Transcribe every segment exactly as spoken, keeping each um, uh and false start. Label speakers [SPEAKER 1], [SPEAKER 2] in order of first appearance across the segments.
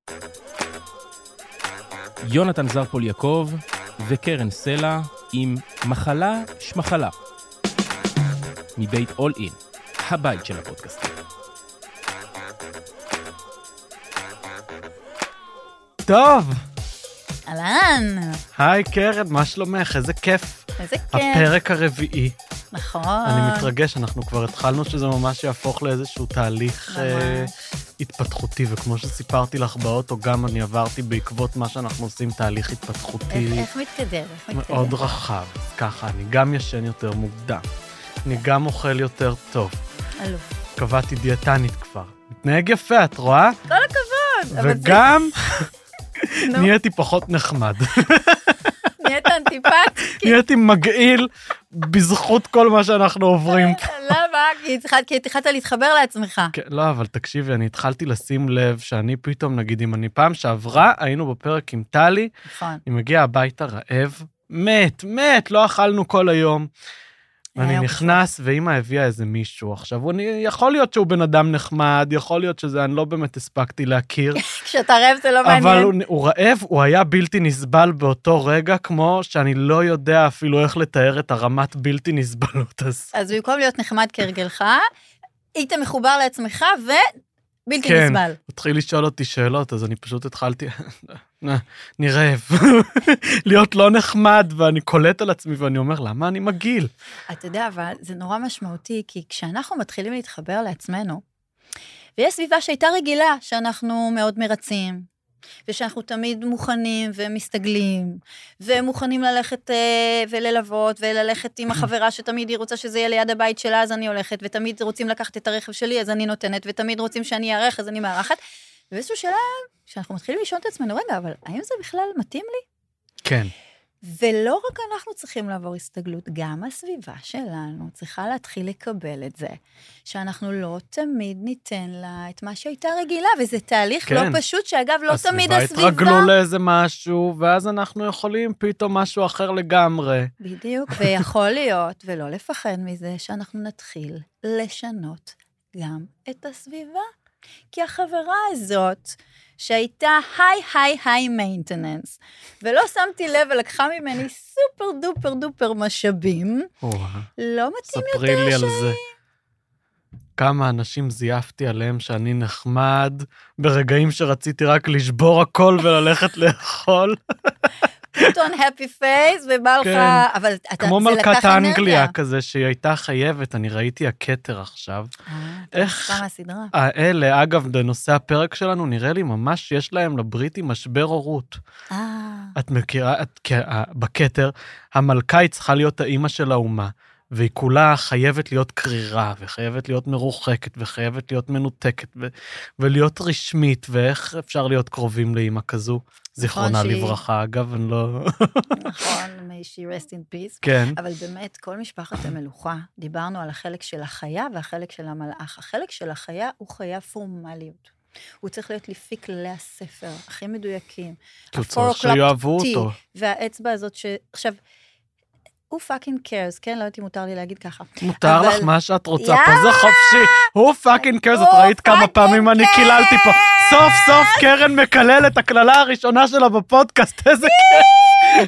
[SPEAKER 1] יונתן זרפול יעקב וקרן סלע עם מחלה שמחלה מבית אול אין, הבית של הפודקאסט.
[SPEAKER 2] טוב.
[SPEAKER 3] אהלן.
[SPEAKER 2] היי קרן, מה שלומך? איזה כיף.
[SPEAKER 3] איזה כיף.
[SPEAKER 2] הפרק הרביעי.
[SPEAKER 3] נכון.
[SPEAKER 2] אני מתרגש, אנחנו כבר התחלנו שזה ממש יהפוך לאיזשהו תהליך אה, התפתחותי, וכמו שסיפרתי לך באוטו, גם אני עברתי בעקבות מה שאנחנו עושים, תהליך התפתחותי.
[SPEAKER 3] איך, איך מתקדם? איך מתקדם?
[SPEAKER 2] מאוד רחב. ככה, אני גם ישן יותר מוקדם. אני גם אוכל יותר טוב.
[SPEAKER 3] אלו.
[SPEAKER 2] קבעתי דיאטנית כבר. מתנהג יפה, את רואה?
[SPEAKER 3] כל הכבוד.
[SPEAKER 2] וגם נהייתי פחות נחמד.
[SPEAKER 3] נהיית אנטיפטי.
[SPEAKER 2] נהייתי מגעיל בזכות כל מה שאנחנו עוברים.
[SPEAKER 3] למה? כי התחלת להתחבר לעצמך.
[SPEAKER 2] לא, אבל תקשיבי, אני התחלתי לשים לב שאני פתאום, נגיד, אם אני פעם שעברה, היינו בפרק עם טלי,
[SPEAKER 3] נכון.
[SPEAKER 2] אני מגיע הביתה רעב, מת, מת, לא אכלנו כל היום. ואני נכנס, ואמא הביאה איזה מישהו. עכשיו, אני, יכול להיות שהוא בן אדם נחמד, יכול להיות שזה, אני לא באמת הספקתי להכיר.
[SPEAKER 3] כשאתה רעב זה לא מעניין.
[SPEAKER 2] אבל הוא, הוא רעב, הוא היה בלתי נסבל באותו רגע, כמו שאני לא יודע אפילו איך לתאר את הרמת בלתי נסבלות הזאת.
[SPEAKER 3] אז במקום להיות נחמד כהרגלך, היית מחובר לעצמך ובלתי
[SPEAKER 2] כן,
[SPEAKER 3] נסבל.
[SPEAKER 2] הוא התחיל לשאול אותי שאלות, אז אני פשוט התחלתי, אני רעב, להיות לא נחמד, ואני קולט על עצמי, ואני אומר, למה אני מגעיל?
[SPEAKER 3] אתה יודע, אבל זה נורא משמעותי, כי כשאנחנו מתחילים להתחבר לעצמנו, ויש סביבה שהייתה רגילה, שאנחנו מאוד מרצים, ושאנחנו תמיד מוכנים ומסתגלים, ומוכנים ללכת אה, וללוות, וללכת עם החברה שתמיד היא רוצה שזה יהיה ליד הבית שלה, אז אני הולכת, ותמיד רוצים לקחת את הרכב שלי, אז אני נותנת, ותמיד רוצים שאני אערך, אז אני מערכת, ובאיזשהו שלב, שאנחנו מתחילים לשאול את עצמנו, רגע, אבל האם זה בכלל מתאים לי?
[SPEAKER 2] כן.
[SPEAKER 3] ולא רק אנחנו צריכים לעבור הסתגלות, גם הסביבה שלנו צריכה להתחיל לקבל את זה, שאנחנו לא תמיד ניתן לה את מה שהייתה רגילה, וזה תהליך
[SPEAKER 2] כן.
[SPEAKER 3] לא פשוט, שאגב לא תמיד הסביבה...
[SPEAKER 2] הסביבה התרגלו לאיזה משהו, ואז אנחנו יכולים פתאום משהו אחר לגמרי.
[SPEAKER 3] בדיוק, ויכול להיות, ולא לפחד מזה, שאנחנו נתחיל לשנות גם את הסביבה. כי החברה הזאת, שהייתה היי היי היי מיינטננס, ולא שמתי לב ולקחה ממני סופר דופר דופר משאבים, לא מתאים יותר
[SPEAKER 2] ספרי לי על
[SPEAKER 3] שהיא...
[SPEAKER 2] זה. כמה אנשים זייפתי עליהם שאני נחמד, ברגעים שרציתי רק לשבור הכל וללכת לאכול.
[SPEAKER 3] put on happy face, ובא לך, אבל
[SPEAKER 2] כמו מלכת האנגליה כזה, שהיא הייתה חייבת, אני ראיתי הכתר עכשיו.
[SPEAKER 3] איך? כמה הסדרה.
[SPEAKER 2] האלה, אגב, בנושא הפרק שלנו, נראה לי ממש יש להם לבריטים משבר הורות. את מכירה, בכתר, המלכה היא צריכה להיות האימא של האומה, והיא כולה חייבת להיות קרירה, וחייבת להיות מרוחקת, וחייבת להיות מנותקת, ו- ולהיות רשמית, ואיך אפשר להיות קרובים לאמא כזו? זיכרונה
[SPEAKER 3] שהיא...
[SPEAKER 2] לברכה, אגב, אני לא...
[SPEAKER 3] נכון, may she rest in peace.
[SPEAKER 2] כן.
[SPEAKER 3] אבל באמת, כל משפחת המלוכה, דיברנו על החלק של החיה, והחלק של המלאך. החלק של החיה הוא חיה פורמליות. הוא צריך להיות לפי כללי הספר, הכי מדויקים.
[SPEAKER 2] כי הוא צריך שיואבו אותו.
[SPEAKER 3] והאצבע הזאת ש... עכשיו, הוא fucking cares, כן? לא יודעת אם מותר לי להגיד ככה.
[SPEAKER 2] מותר לך מה שאת רוצה פה, זה חופשי. הוא fucking cares, את ראית כמה פעמים אני קיללתי פה. סוף סוף קרן מקלל את הכללה הראשונה שלה בפודקאסט, איזה כיף.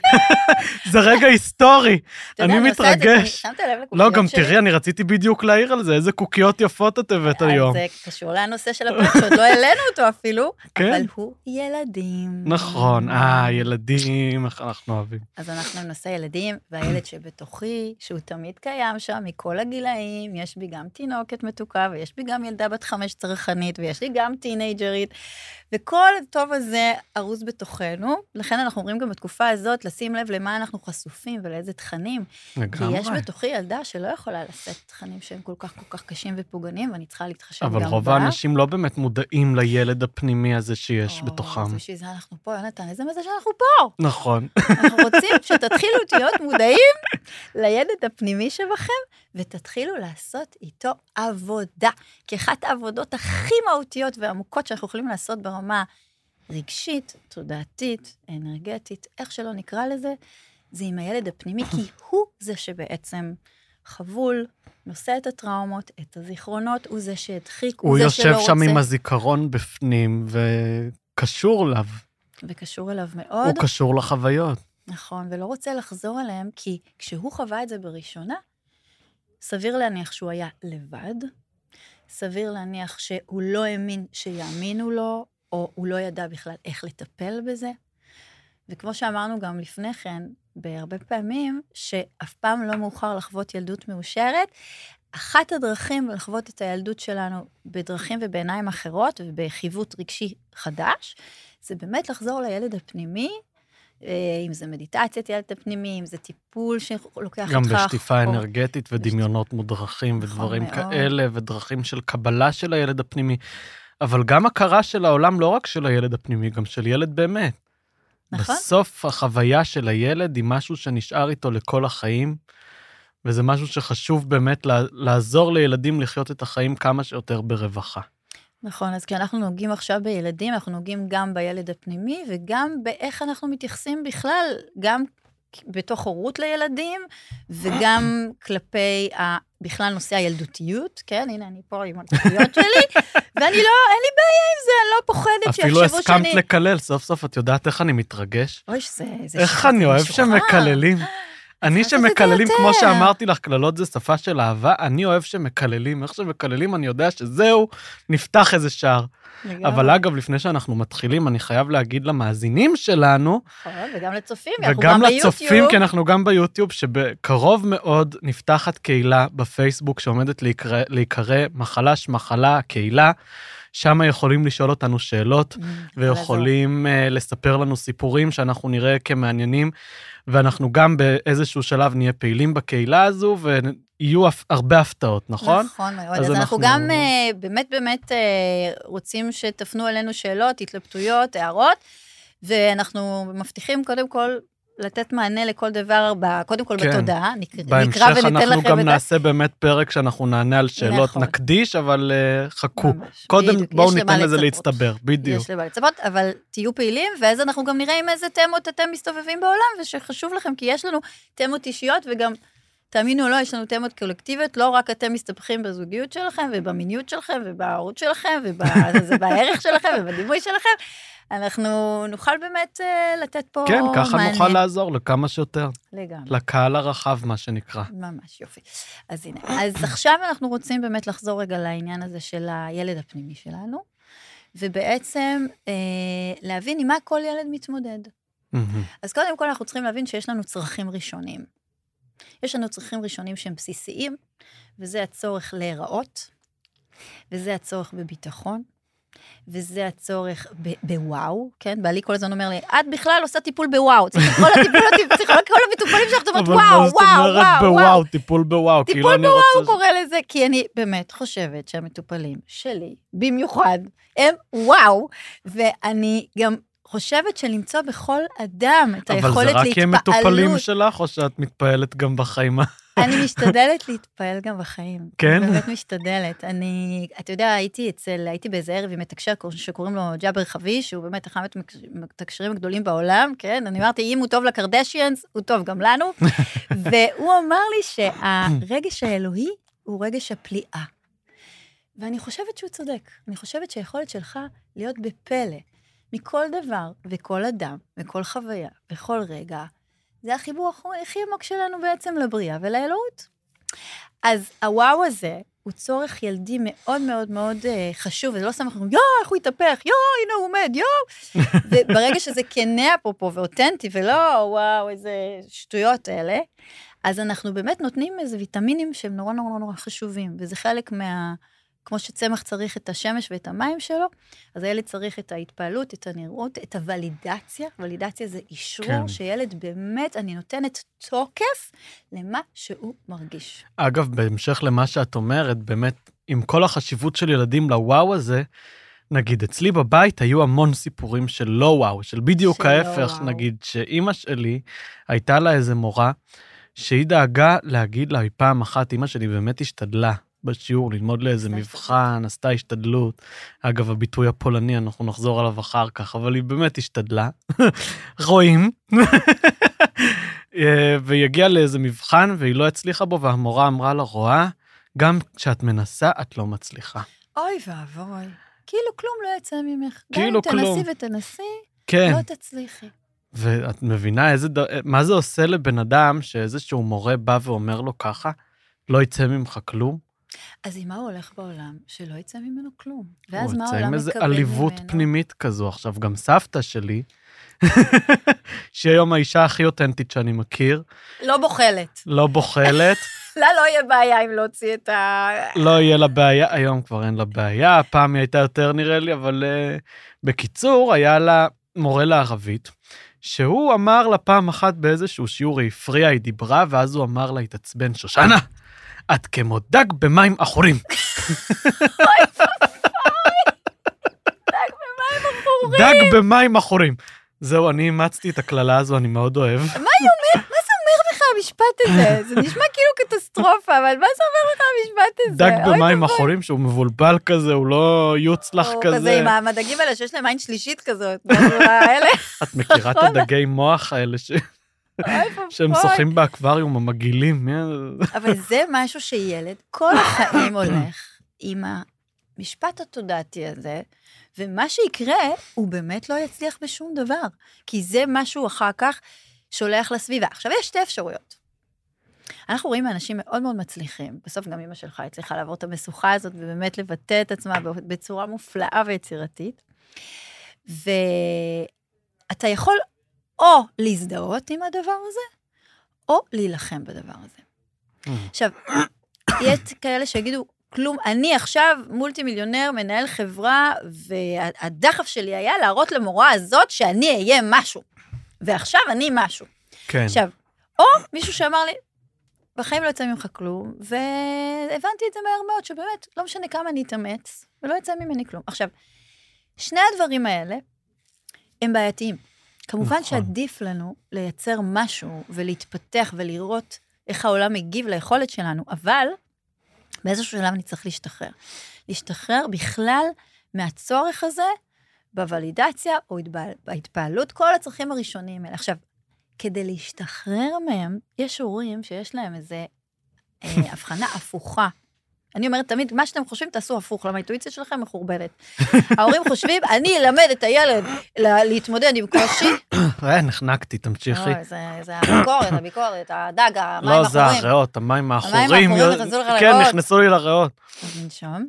[SPEAKER 2] זה רגע היסטורי, אני מתרגש. לא, גם תראי, אני רציתי בדיוק להעיר על זה, איזה קוקיות יפות את הבאת היום.
[SPEAKER 3] זה קשור לנושא של הפרק, שעוד לא העלינו אותו אפילו, אבל הוא ילדים.
[SPEAKER 2] נכון, אה, ילדים, איך אנחנו אוהבים.
[SPEAKER 3] אז אנחנו נושא ילדים, והילד שבתוכי, שהוא תמיד קיים שם, מכל הגילאים, יש בי גם תינוקת מתוקה, ויש בי גם ילדה בת חמש צרכנית, ויש לי גם טינג'רית, וכל הטוב הזה ארוז בתוכנו, לכן אנחנו אומרים גם בתקופה הזאת, לשים לב למה אנחנו חשופים ולאיזה תכנים.
[SPEAKER 2] לגמרי.
[SPEAKER 3] ויש בתוכי ילדה שלא יכולה לשאת תכנים שהם כל כך כל כך קשים ופוגענים, ואני צריכה להתחשב גם בה.
[SPEAKER 2] אבל רוב האנשים לא באמת מודעים לילד הפנימי הזה שיש בתוכם.
[SPEAKER 3] אז בשביל זה אנחנו פה, יונתן, איזה מזה שאנחנו פה.
[SPEAKER 2] נכון.
[SPEAKER 3] אנחנו רוצים שתתחילו להיות מודעים לילד הפנימי שבכם, ותתחילו לעשות איתו עבודה. כי אחת העבודות הכי מהותיות ועמוקות שאנחנו יכולים לעשות ברמה רגשית, תודעתית, אנרגטית, איך שלא נקרא לזה, זה עם הילד הפנימי, כי הוא זה שבעצם חבול, נושא את הטראומות, את הזיכרונות, הוא זה שהדחיק, הוא, הוא זה שלא רוצה.
[SPEAKER 2] הוא יושב שם עם הזיכרון בפנים, קשור אליו.
[SPEAKER 3] וקשור אליו מאוד.
[SPEAKER 2] הוא קשור לחוויות.
[SPEAKER 3] נכון, ולא רוצה לחזור עליהם, כי כשהוא חווה את זה בראשונה, סביר להניח שהוא היה לבד, סביר להניח שהוא לא האמין שיאמינו לו, או הוא לא ידע בכלל איך לטפל בזה. וכמו שאמרנו גם לפני כן, בהרבה פעמים, שאף פעם לא מאוחר לחוות ילדות מאושרת, אחת הדרכים לחוות את הילדות שלנו בדרכים ובעיניים אחרות, ובחיווט רגשי חדש, זה באמת לחזור לילד הפנימי, אם זה מדיטציית ילד הפנימי, אם זה טיפול שלוקח אותך.
[SPEAKER 2] גם בשטיפה אנרגטית ודמיונות מודרכים ודברים כאלה, ודרכים של קבלה של הילד הפנימי, אבל גם הכרה של העולם, לא רק של הילד הפנימי, גם של ילד באמת. נכון? בסוף החוויה של הילד היא משהו שנשאר איתו לכל החיים, וזה משהו שחשוב באמת לעזור לילדים לחיות את החיים כמה שיותר ברווחה.
[SPEAKER 3] נכון, אז כשאנחנו נוגעים עכשיו בילדים, אנחנו נוגעים גם בילד הפנימי, וגם באיך אנחנו מתייחסים בכלל, גם בתוך הורות לילדים, וגם כלפי ה... בכלל נושא הילדותיות, כן? הנה, אני פה עם התחיות שלי, ואני לא, אין לי בעיה עם זה, אני לא פוחדת שיחשבו שאני...
[SPEAKER 2] אפילו הסכמת לקלל, סוף סוף את יודעת איך אני מתרגש?
[SPEAKER 3] אוי, זה...
[SPEAKER 2] איך אני אוהב שמקללים? אני שמקללים, כמו שאמרתי לך, קללות זה שפה של אהבה, אני אוהב שמקללים, איך שמקללים אני יודע שזהו, נפתח איזה שער. אבל אגב, לפני שאנחנו מתחילים, אני חייב להגיד למאזינים שלנו,
[SPEAKER 3] וגם לצופים,
[SPEAKER 2] וגם לצופים, כי אנחנו גם ביוטיוב, שבקרוב מאוד נפתחת קהילה בפייסבוק, שעומדת להיקרא מחלה שמחלה, קהילה, שם יכולים לשאול אותנו שאלות, ויכולים לספר לנו סיפורים שאנחנו נראה כמעניינים, ואנחנו גם באיזשהו שלב נהיה פעילים בקהילה הזו, ויהיו הרבה הפתעות, נכון?
[SPEAKER 3] נכון מאוד, אז אנחנו גם באמת באמת רוצים שתפנו אלינו שאלות, התלבטויות, הערות, ואנחנו מבטיחים קודם כל, לתת מענה לכל דבר, קודם כל בתודעה, נקרא וניתן לכם את זה.
[SPEAKER 2] בהמשך אנחנו גם נעשה באמת פרק שאנחנו נענה על שאלות, נקדיש, אבל חכו. קודם בואו ניתן לזה להצטבר, בדיוק.
[SPEAKER 3] יש למה לצפות, אבל תהיו פעילים, ואז אנחנו גם נראה עם איזה תמות אתם מסתובבים בעולם, ושחשוב לכם, כי יש לנו תמות אישיות, וגם, תאמינו או לא, יש לנו תמות קולקטיביות, לא רק אתם מסתבכים בזוגיות שלכם, ובמיניות שלכם, ובהורות שלכם, ובערך שלכם, ובדימוי שלכם. אנחנו נוכל באמת uh, לתת פה
[SPEAKER 2] כן,
[SPEAKER 3] מענה.
[SPEAKER 2] כן, ככה נוכל לעזור לכמה שיותר.
[SPEAKER 3] לגמרי.
[SPEAKER 2] לקהל הרחב, מה שנקרא.
[SPEAKER 3] ממש, יופי. אז הנה, אז עכשיו אנחנו רוצים באמת לחזור רגע לעניין הזה של הילד הפנימי שלנו, ובעצם אה, להבין עם מה כל ילד מתמודד. Mm-hmm. אז קודם כל אנחנו צריכים להבין שיש לנו צרכים ראשונים. יש לנו צרכים ראשונים שהם בסיסיים, וזה הצורך להיראות, וזה הצורך בביטחון, וזה הצורך בוואו, כן? בעלי כל הזמן אומר לי, את בכלל עושה טיפול בוואו, צריך כל הטיפול, צריך כל המטופלים שלך, אומרת, וואו, וואו, וואו,
[SPEAKER 2] וואו, טיפול בוואו,
[SPEAKER 3] טיפול בוואו הוא קורא לזה, כי אני באמת חושבת שהמטופלים שלי, במיוחד, הם וואו, ואני גם חושבת שלמצוא בכל אדם את היכולת להתפעלות.
[SPEAKER 2] אבל זה רק הם מטופלים שלך, או שאת מתפעלת גם בחיים?
[SPEAKER 3] אני משתדלת להתפעל גם בחיים.
[SPEAKER 2] כן?
[SPEAKER 3] אני באמת משתדלת. אני, אתה יודע, הייתי אצל, הייתי באיזה ערב עם מתקשר שקוראים לו ג'אבר חביש, שהוא באמת אחד המתקשרים הגדולים בעולם, כן? אני אמרתי, אם הוא טוב לקרדשיאנס, הוא טוב גם לנו. והוא אמר לי שהרגש האלוהי הוא רגש הפליאה. ואני חושבת שהוא צודק. אני חושבת שהיכולת שלך להיות בפלא, מכל דבר, וכל אדם, וכל חוויה, וכל רגע, זה החיבור הכי עמוק שלנו בעצם לבריאה ולאלוהות. אז הוואו הזה הוא צורך ילדי מאוד מאוד מאוד חשוב, וזה לא סתם אנחנו, יו, איך הוא יתהפך, יו, הנה הוא עומד, יו. וברגע שזה כנה אפרופו ואותנטי, ולא, וואו, איזה שטויות אלה, אז אנחנו באמת נותנים איזה ויטמינים שהם נורא נורא נורא חשובים, וזה חלק מה... כמו שצמח צריך את השמש ואת המים שלו, אז הילד צריך את ההתפעלות, את הנראות, את הוולידציה. ולידציה זה אישור כן. שילד באמת, אני נותנת תוקף למה שהוא מרגיש.
[SPEAKER 2] אגב, בהמשך למה שאת אומרת, באמת, עם כל החשיבות של ילדים לוואו הזה, נגיד, אצלי בבית היו המון סיפורים של לא וואו, של בדיוק של ההפך, לא נגיד, שאמא שלי הייתה לה איזה מורה, שהיא דאגה להגיד לה, פעם אחת, אמא שלי באמת השתדלה, בשיעור, ללמוד לאיזה מבחן, עשתה השתדלות. אגב, הביטוי הפולני, אנחנו נחזור עליו אחר כך, אבל היא באמת השתדלה. רואים. והיא הגיעה לאיזה מבחן, והיא לא הצליחה בו, והמורה אמרה לה, רואה, גם כשאת מנסה, את לא מצליחה.
[SPEAKER 3] אוי ואבוי. כאילו כלום לא יצא ממך.
[SPEAKER 2] כאילו
[SPEAKER 3] כלום. גם אם תנסי ותנסי, כן. לא תצליחי.
[SPEAKER 2] ואת מבינה איזה, מה זה עושה לבן אדם שאיזשהו מורה בא ואומר לו ככה, לא יצא ממך כלום?
[SPEAKER 3] אז עם מה הוא הולך בעולם? שלא יצא ממנו כלום. ואז מה העולם מקבל ממנו?
[SPEAKER 2] הוא יצא עם איזה עליבות פנימית כזו. עכשיו, גם סבתא שלי, שהיא היום האישה הכי אותנטית שאני מכיר.
[SPEAKER 3] לא בוחלת.
[SPEAKER 2] לא בוחלת.
[SPEAKER 3] לה לא יהיה בעיה אם להוציא את ה...
[SPEAKER 2] לא יהיה לה בעיה, היום כבר אין לה בעיה, הפעם היא הייתה יותר נראה לי, אבל uh, בקיצור, היה לה מורה לערבית, שהוא אמר לה פעם אחת באיזשהו שיעור, היא הפריעה, היא דיברה, ואז הוא אמר לה, התעצבן, שושנה, את כמו דג במים אחורים.
[SPEAKER 3] אוי, דג במים אחורים.
[SPEAKER 2] דג במים אחורים. זהו, אני אימצתי את הכללה הזו, אני מאוד אוהב.
[SPEAKER 3] מה היא אומרת? מה זה אומר לך המשפט הזה? זה נשמע כאילו קטסטרופה, אבל מה זה אומר לך המשפט הזה?
[SPEAKER 2] דג במים אחורים, שהוא מבולבל כזה, הוא לא יוצלח כזה.
[SPEAKER 3] הוא כזה עם המדגים האלה, שיש להם עין שלישית כזאת.
[SPEAKER 2] את מכירה את הדגי מוח האלה שהם שוחים באקווריום, המגעילים.
[SPEAKER 3] אבל זה משהו שילד כל החיים הולך עם המשפט התודעתי הזה, ומה שיקרה, הוא באמת לא יצליח בשום דבר, כי זה משהו אחר כך שולח לסביבה. עכשיו, יש שתי אפשרויות. אנחנו רואים אנשים מאוד מאוד מצליחים, בסוף גם אמא שלך הצליחה לעבור את המשוכה הזאת, ובאמת לבטא את עצמה בצורה מופלאה ויצירתית, ואתה יכול או להזדהות עם הדבר הזה, או להילחם בדבר הזה. עכשיו, יש כאלה שיגידו, כלום, אני עכשיו מולטי מיליונר, מנהל חברה, והדחף שלי היה להראות למורה הזאת שאני אהיה משהו. ועכשיו אני משהו.
[SPEAKER 2] כן.
[SPEAKER 3] עכשיו, או מישהו שאמר לי, בחיים לא יצא ממך כלום, והבנתי את זה מהר מאוד, שבאמת לא משנה כמה אני אתאמץ, ולא יצא ממני כלום. עכשיו, שני הדברים האלה הם בעייתיים. כמובן שעדיף לנו לייצר משהו, ולהתפתח ולראות איך העולם מגיב ליכולת שלנו, אבל באיזשהו שלב אני צריך להשתחרר. להשתחרר בכלל מהצורך הזה, בוולידציה או בהתפעלות, כל הצרכים הראשוניים האלה. עכשיו, כדי להשתחרר מהם, יש הורים שיש להם איזה אה, הבחנה הפוכה. אני אומרת תמיד, מה שאתם חושבים, תעשו הפוך, למה האינטואיציה שלכם מחורבנת. ההורים חושבים, אני אלמד את הילד להתמודד עם קושי.
[SPEAKER 2] נחנקתי, תמשיכי.
[SPEAKER 3] זה הביקורת, הביקורת, הדג, המים האחורים.
[SPEAKER 2] לא, זה הריאות, המים האחורים.
[SPEAKER 3] המים האחורים נכנסו לך לריאות.
[SPEAKER 2] כן, נכנסו לי לריאות.
[SPEAKER 3] אז ננשום.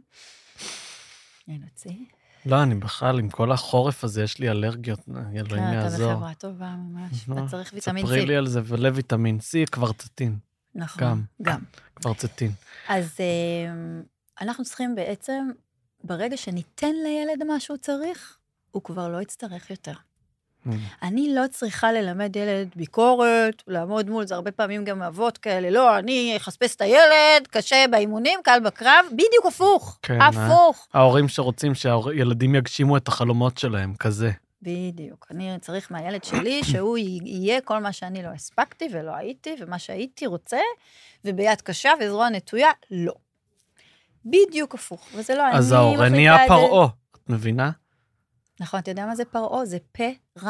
[SPEAKER 3] ננוציא.
[SPEAKER 2] לא, אני בכלל, עם כל החורף הזה, יש לי אלרגיות, אלוהים יעזור.
[SPEAKER 3] אתה בחברה טובה ממש, אתה צריך ויטמין C.
[SPEAKER 2] ספרי לי על זה, ולוויטמין C, קוורצטין.
[SPEAKER 3] נכון,
[SPEAKER 2] גם.
[SPEAKER 3] גם.
[SPEAKER 2] קוורצטין.
[SPEAKER 3] אז אנחנו צריכים בעצם, ברגע שניתן לילד מה שהוא צריך, הוא כבר לא יצטרך יותר. אני לא צריכה ללמד ילד ביקורת, לעמוד מול, זה הרבה פעמים גם אבות כאלה, לא, אני אחספס את הילד, קשה באימונים, קל בקרב, בדיוק הפוך, הפוך.
[SPEAKER 2] ההורים שרוצים שהילדים יגשימו את החלומות שלהם, כזה.
[SPEAKER 3] בדיוק, אני צריך מהילד שלי שהוא יהיה כל מה שאני לא הספקתי ולא הייתי, ומה שהייתי רוצה, וביד קשה וזרוע נטויה, לא. בדיוק הפוך, וזה לא אני...
[SPEAKER 2] אז ההורה נהיה פרעה, את מבינה?
[SPEAKER 3] נכון, אתה יודע מה זה פרעה? זה פה רע.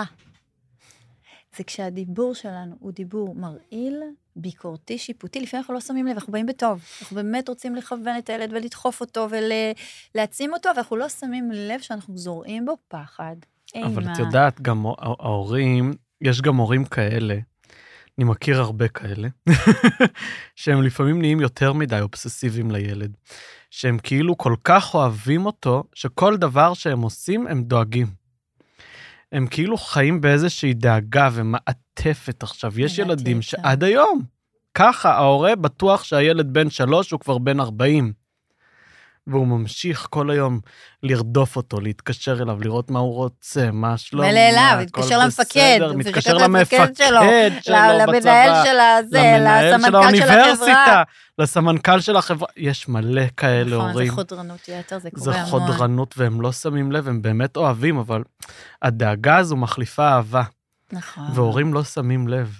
[SPEAKER 3] זה כשהדיבור שלנו הוא דיבור מרעיל, ביקורתי, שיפוטי, לפעמים אנחנו לא שמים לב, אנחנו באים בטוב. אנחנו באמת רוצים לכוון את הילד ולדחוף אותו ולהעצים אותו, ואנחנו לא שמים לב שאנחנו זורעים בו פחד.
[SPEAKER 2] אבל את יודעת, גם ההורים, יש גם הורים כאלה, אני מכיר הרבה כאלה, שהם לפעמים נהיים יותר מדי אובססיביים לילד, שהם כאילו כל כך אוהבים אותו, שכל דבר שהם עושים הם דואגים. הם כאילו חיים באיזושהי דאגה ומעטפת עכשיו. יש ילדים שעד היום, ככה, ההורה בטוח שהילד בן שלוש הוא כבר בן ארבעים, והוא ממשיך כל היום לרדוף אותו, להתקשר אליו, לראות מה הוא רוצה, מה שלום,
[SPEAKER 3] מלא אליו, מתקשר למפקד,
[SPEAKER 2] מתקשר למפקד שלו,
[SPEAKER 3] למנהל של הזה, לסמנכ"ל של החברה.
[SPEAKER 2] לסמנכ"ל של החברה, יש מלא כאלה
[SPEAKER 3] נכון,
[SPEAKER 2] הורים.
[SPEAKER 3] זה חודרנות יתר, זה קורה
[SPEAKER 2] זה
[SPEAKER 3] המון.
[SPEAKER 2] חודרנות, והם לא שמים לב, הם באמת אוהבים, אבל הדאגה הזו מחליפה אהבה.
[SPEAKER 3] נכון.
[SPEAKER 2] והורים לא שמים לב.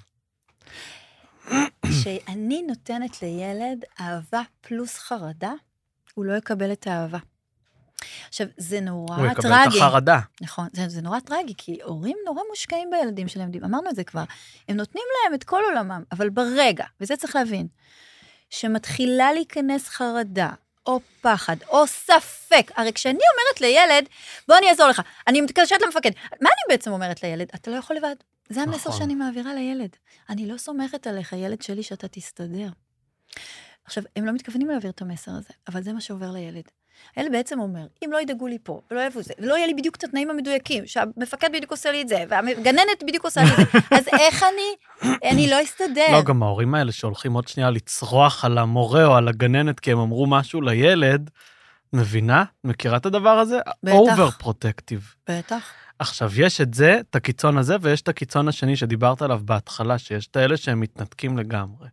[SPEAKER 3] שאני נותנת לילד אהבה פלוס חרדה, הוא לא יקבל את האהבה. עכשיו, זה נורא טרגי.
[SPEAKER 2] הוא יקבל את החרדה.
[SPEAKER 3] נכון, זה, זה נורא טרגי, כי הורים נורא מושקעים בילדים שלהם, אמרנו את זה כבר, הם נותנים להם את כל עולמם, אבל ברגע, וזה צריך להבין, שמתחילה להיכנס חרדה, או פחד, או ספק. הרי כשאני אומרת לילד, בוא אני אעזור לך, אני מתקשרת למפקד, מה אני בעצם אומרת לילד? אתה לא יכול לבד. זה המסר שאני מעבירה לילד. אני לא סומכת עליך, ילד שלי, שאתה תסתדר. עכשיו, הם לא מתכוונים להעביר את המסר הזה, אבל זה מה שעובר לילד. הילד בעצם אומר, אם לא ידאגו לי פה, ולא יבוא זה, ולא יהיה לי בדיוק את התנאים המדויקים, שהמפקד בדיוק עושה לי את זה, והגננת בדיוק עושה לי את זה, אז איך אני, אני לא אסתדר.
[SPEAKER 2] לא, גם ההורים האלה שהולכים עוד שנייה לצרוח על המורה או על הגננת, כי הם אמרו משהו לילד, מבינה? מכירה את הדבר הזה?
[SPEAKER 3] בטח.
[SPEAKER 2] אובר-פרוטקטיב.
[SPEAKER 3] בטח.
[SPEAKER 2] עכשיו, יש את זה, את הקיצון הזה, ויש את הקיצון השני שדיברת עליו בהתחלה, שיש את האלה שהם מתנתקים לגמרי.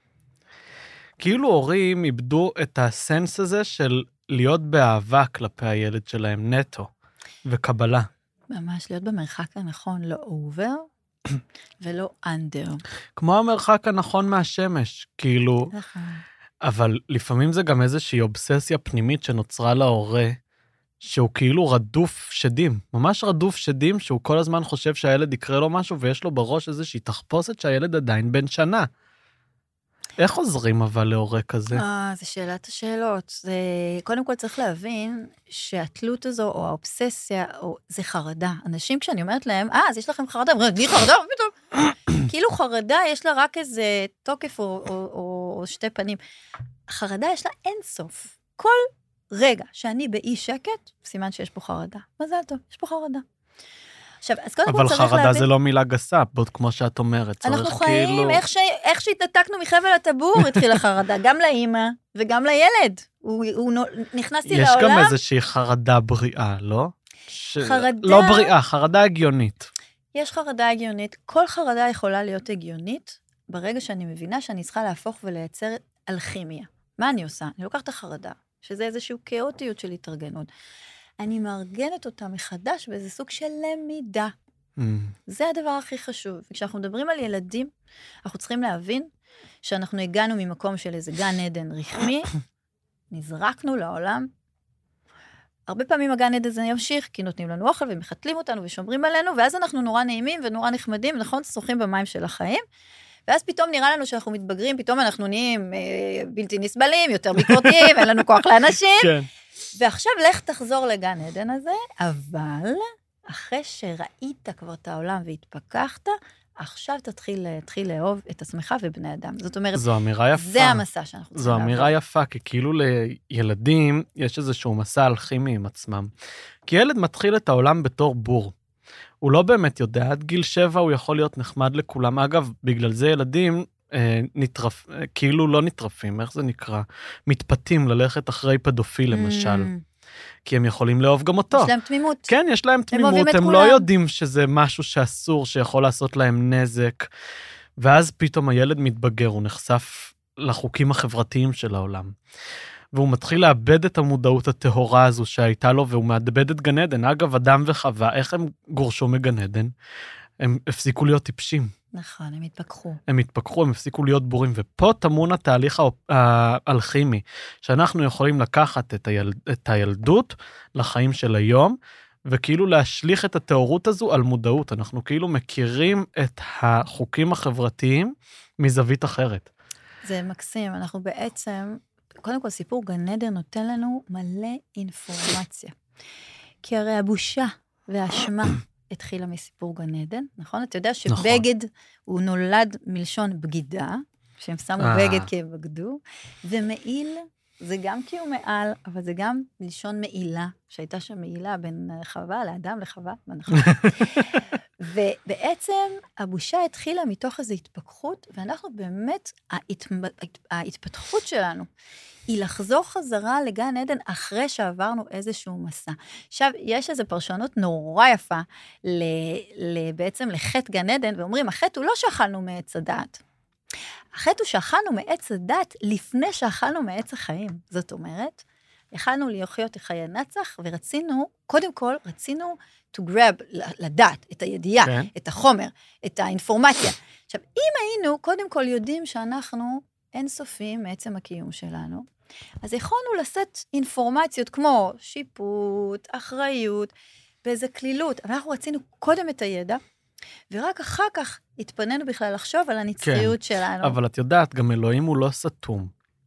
[SPEAKER 2] כאילו הורים איבדו את הסנס הזה של להיות באהבה כלפי הילד שלהם נטו, וקבלה.
[SPEAKER 3] ממש להיות במרחק הנכון, לא אובר ולא אנדר.
[SPEAKER 2] כמו המרחק הנכון מהשמש, כאילו,
[SPEAKER 3] נכון.
[SPEAKER 2] אבל לפעמים זה גם איזושהי אובססיה פנימית שנוצרה להורה, שהוא כאילו רדוף שדים, ממש רדוף שדים, שהוא כל הזמן חושב שהילד יקרה לו משהו, ויש לו בראש איזושהי תחפושת שהילד עדיין בן שנה. איך עוזרים אבל להורה כזה?
[SPEAKER 3] אה, זה שאלת השאלות. זה, קודם כל צריך להבין שהתלות הזו, או האובססיה, או, זה חרדה. אנשים, כשאני אומרת להם, אה, אז יש לכם חרדה, הם אומרים, לי חרדה, פתאום. כאילו חרדה, יש לה רק איזה תוקף או, או, או, או שתי פנים. חרדה יש לה אינסוף. כל רגע שאני באי שקט, סימן שיש פה חרדה. מזל טוב, יש פה חרדה. עכשיו, אז קודם כל צריך להבין...
[SPEAKER 2] אבל חרדה זה לא מילה גסה, כמו שאת אומרת.
[SPEAKER 3] אנחנו חיים, כאילו... איך, ש... איך שהתנתקנו מחבל הטבור, התחילה חרדה, גם לאמא וגם לילד. הוא, הוא נכנסתי
[SPEAKER 2] יש
[SPEAKER 3] לעולם...
[SPEAKER 2] יש גם איזושהי חרדה בריאה, לא? ש...
[SPEAKER 3] חרדה...
[SPEAKER 2] לא בריאה, חרדה הגיונית.
[SPEAKER 3] יש חרדה הגיונית. כל חרדה יכולה להיות הגיונית, ברגע שאני מבינה שאני צריכה להפוך ולייצר אלכימיה. מה אני עושה? אני לוקחת את החרדה, שזה איזושהי כאוטיות של התארגנות. אני מארגנת אותה מחדש באיזה סוג של למידה. Mm. זה הדבר הכי חשוב. וכשאנחנו מדברים על ילדים, אנחנו צריכים להבין שאנחנו הגענו ממקום של איזה גן עדן רחמי, נזרקנו לעולם. הרבה פעמים הגן עדן הזה ימשיך, כי נותנים לנו אוכל ומחתלים אותנו ושומרים עלינו, ואז אנחנו נורא נעימים ונורא נחמדים, נכון? שוחים במים של החיים, ואז פתאום נראה לנו שאנחנו מתבגרים, פתאום אנחנו נהיים אה, בלתי נסבלים, יותר ביקורתיים, אין לנו כוח לאנשים. כן. ועכשיו לך תחזור לגן עדן הזה, אבל אחרי שראית כבר את העולם והתפקחת, עכשיו תתחיל, תתחיל לאהוב את עצמך ובני אדם. זאת אומרת,
[SPEAKER 2] זו אמירה יפה.
[SPEAKER 3] זה המסע שאנחנו צריכים
[SPEAKER 2] לעבור. זו אמירה יפה, כי כאילו לילדים יש איזשהו מסע אלכימי עם עצמם. כי ילד מתחיל את העולם בתור בור. הוא לא באמת יודע, עד גיל שבע הוא יכול להיות נחמד לכולם. אגב, בגלל זה ילדים אה, נטרפ, אה, כאילו לא נטרפים, איך זה נקרא? מתפתים ללכת אחרי פדופיל למשל. כי הם יכולים לאהוב גם אותו.
[SPEAKER 3] יש להם תמימות.
[SPEAKER 2] כן, יש להם תמימות, הם, הם לא יודעים שזה משהו שאסור, שיכול לעשות להם נזק. ואז פתאום הילד מתבגר, הוא נחשף לחוקים החברתיים של העולם. והוא מתחיל לאבד את המודעות הטהורה הזו שהייתה לו, והוא מאבד את גן עדן. אגב, אדם וחווה, איך הם גורשו מגן עדן? הם הפסיקו להיות טיפשים.
[SPEAKER 3] נכון, הם התפכחו.
[SPEAKER 2] הם התפכחו, הם הפסיקו להיות בורים, ופה תמון התהליך האלכימי, שאנחנו יכולים לקחת את, היל... את הילדות לחיים של היום, וכאילו להשליך את הטהורות הזו על מודעות. אנחנו כאילו מכירים את החוקים החברתיים מזווית אחרת.
[SPEAKER 3] זה מקסים, אנחנו בעצם... קודם כל, סיפור גן עדן נותן לנו מלא אינפורמציה. כי הרי הבושה והאשמה התחילה מסיפור גן עדן, נכון? אתה יודע שבגד נכון. הוא נולד מלשון בגידה, שהם שמו אה. בגד כי הם בגדו, ומעיל זה גם כי הוא מעל, אבל זה גם מלשון מעילה, שהייתה שם מעילה בין חווה לאדם לחווה, נכון? ובעצם הבושה התחילה מתוך איזו התפכחות, ואנחנו באמת, ההתפתחות שלנו, היא לחזור חזרה לגן עדן אחרי שעברנו איזשהו מסע. עכשיו, יש איזו פרשנות נורא יפה, בעצם לחטא גן עדן, ואומרים, החטא הוא לא שאכלנו מעץ הדעת. החטא הוא שאכלנו מעץ הדעת לפני שאכלנו מעץ החיים. זאת אומרת, יכלנו לחיות חיי נצח, ורצינו, קודם כל, רצינו to grab, לדעת, את הידיעה, כן. את החומר, את האינפורמציה. עכשיו, אם היינו, קודם כל, יודעים שאנחנו אינסופיים מעצם הקיום שלנו, אז יכולנו לשאת אינפורמציות כמו שיפוט, אחריות, באיזה כלילות, אבל אנחנו רצינו קודם את הידע, ורק אחר כך התפנינו בכלל לחשוב על הנצחיות כן, שלנו.
[SPEAKER 2] אבל את יודעת, גם אלוהים הוא לא סתום.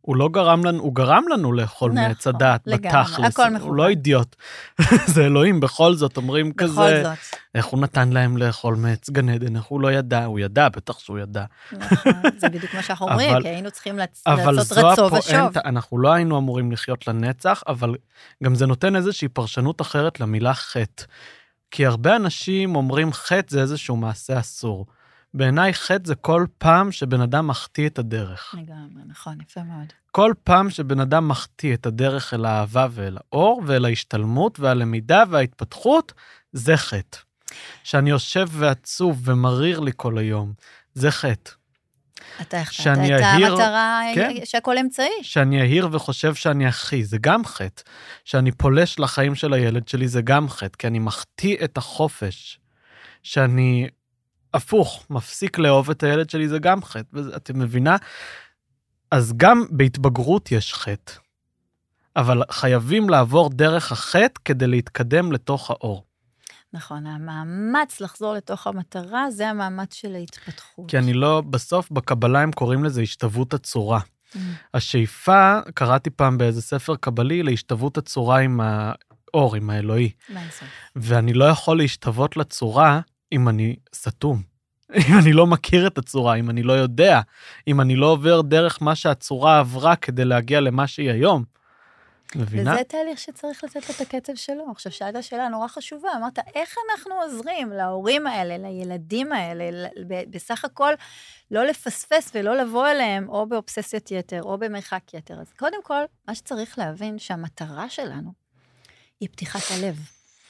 [SPEAKER 2] הוא לא גרם לנו, הוא גרם לנו לאכול
[SPEAKER 3] נכון,
[SPEAKER 2] מעץ הדעת,
[SPEAKER 3] לגמרי,
[SPEAKER 2] בתכלס.
[SPEAKER 3] הכל מכוון.
[SPEAKER 2] הוא לא אידיוט. זה אלוהים, בכל זאת, אומרים
[SPEAKER 3] בכל
[SPEAKER 2] כזה,
[SPEAKER 3] זאת.
[SPEAKER 2] איך הוא נתן להם לאכול מעץ גן עדן, איך הוא לא ידע, הוא ידע, בטח שהוא ידע.
[SPEAKER 3] נכון, זה בדיוק מה שאנחנו אומרים,
[SPEAKER 2] אבל-
[SPEAKER 3] כי היינו צריכים לצ-
[SPEAKER 2] אבל
[SPEAKER 3] לעשות
[SPEAKER 2] זו
[SPEAKER 3] רצו ושוב.
[SPEAKER 2] הפואנטה, אנחנו לא היינו אמורים לחיות לנצח, אבל גם זה נותן איזושהי פרשנות אחרת למילה חטא. כי הרבה אנשים אומרים חטא זה איזשהו מעשה אסור. בעיניי חטא זה כל פעם שבן אדם מחטיא את הדרך.
[SPEAKER 3] לגמרי, נכון, יפה מאוד.
[SPEAKER 2] כל פעם שבן אדם מחטיא את הדרך אל האהבה ואל האור ואל ההשתלמות והלמידה וההתפתחות, זה חטא. שאני יושב ועצוב ומריר לי כל היום, זה חטא.
[SPEAKER 3] אתה החטאת
[SPEAKER 2] שאני
[SPEAKER 3] את
[SPEAKER 2] אהיר-
[SPEAKER 3] המטרה
[SPEAKER 2] כן.
[SPEAKER 3] שהכל אמצעי.
[SPEAKER 2] שאני אהיר וחושב שאני אחי, זה גם חטא. שאני פולש לחיים של הילד שלי, זה גם חטא, כי אני מחטיא את החופש. שאני הפוך, מפסיק לאהוב את הילד שלי, זה גם חטא. ואת מבינה? אז גם בהתבגרות יש חטא. אבל חייבים לעבור דרך החטא כדי להתקדם לתוך האור.
[SPEAKER 3] נכון, המאמץ לחזור לתוך המטרה, זה המאמץ של ההתפתחות.
[SPEAKER 2] כי אני לא, בסוף בקבלה הם קוראים לזה השתוות הצורה.
[SPEAKER 3] Mm.
[SPEAKER 2] השאיפה, קראתי פעם באיזה ספר קבלי, להשתוות הצורה עם האור, עם האלוהי.
[SPEAKER 3] מה לעשות?
[SPEAKER 2] ואני לא יכול להשתוות לצורה אם אני סתום. אם אני לא מכיר את הצורה, אם אני לא יודע, אם אני לא עובר דרך מה שהצורה עברה כדי להגיע למה שהיא היום. מבינה?
[SPEAKER 3] וזה תהליך שצריך לתת את הקצב שלו. עכשיו, שאלת שאלה נורא חשובה, אמרת, איך אנחנו עוזרים להורים האלה, לילדים האלה, ל- ב- בסך הכל לא לפספס ולא לבוא אליהם, או באובססיית יתר, או במרחק יתר. אז קודם כל, מה שצריך להבין, שהמטרה שלנו היא פתיחת הלב.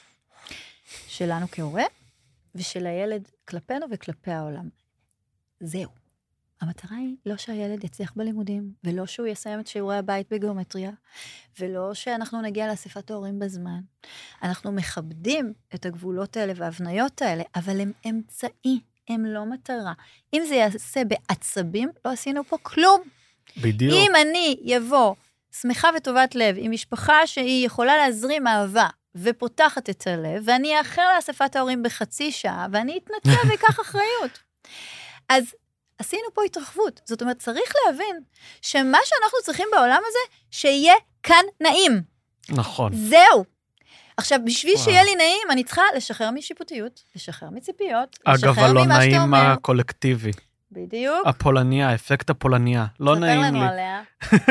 [SPEAKER 3] שלנו כהורה, ושל הילד כלפינו וכלפי העולם. זהו. המטרה היא לא שהילד יצליח בלימודים, ולא שהוא יסיים את שיעורי הבית בגיאומטריה, ולא שאנחנו נגיע לאספת ההורים בזמן. אנחנו מכבדים את הגבולות האלה וההבניות האלה, אבל הם אמצעי, הם לא מטרה. אם זה יעשה בעצבים, לא עשינו פה כלום.
[SPEAKER 2] בדיוק.
[SPEAKER 3] אם אני יבוא שמחה וטובת לב, עם משפחה שהיא יכולה להזרים אהבה, ופותחת את הלב, ואני אאחר לאספת ההורים בחצי שעה, ואני אתנצל ויקח אחריות. אז עשינו פה התרחבות. זאת אומרת, צריך להבין שמה שאנחנו צריכים בעולם הזה, שיהיה כאן נעים.
[SPEAKER 2] נכון.
[SPEAKER 3] זהו. עכשיו, בשביל
[SPEAKER 2] וואו.
[SPEAKER 3] שיהיה לי נעים, אני צריכה לשחרר משיפוטיות, לשחרר מציפיות,
[SPEAKER 2] אגב,
[SPEAKER 3] לשחרר
[SPEAKER 2] הלא
[SPEAKER 3] ממה שאתה
[SPEAKER 2] נעים
[SPEAKER 3] אומר.
[SPEAKER 2] הקולקטיבי.
[SPEAKER 3] בדיוק.
[SPEAKER 2] הפולניה, אפקט הפולניה. לא נעים
[SPEAKER 3] ספר
[SPEAKER 2] לי.
[SPEAKER 3] לנו עליה.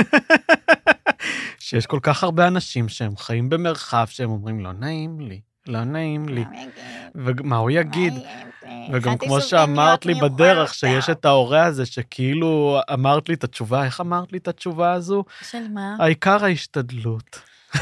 [SPEAKER 2] שיש כל כך הרבה אנשים שהם חיים במרחב שהם אומרים, לא נעים לי, לא נעים לי. ומה הוא יגיד? וגם כמו שאמרת לי בדרך, שיש את ההורה הזה, שכאילו אמרת לי את התשובה, איך אמרת לי את התשובה הזו?
[SPEAKER 3] של מה?
[SPEAKER 2] העיקר ההשתדלות.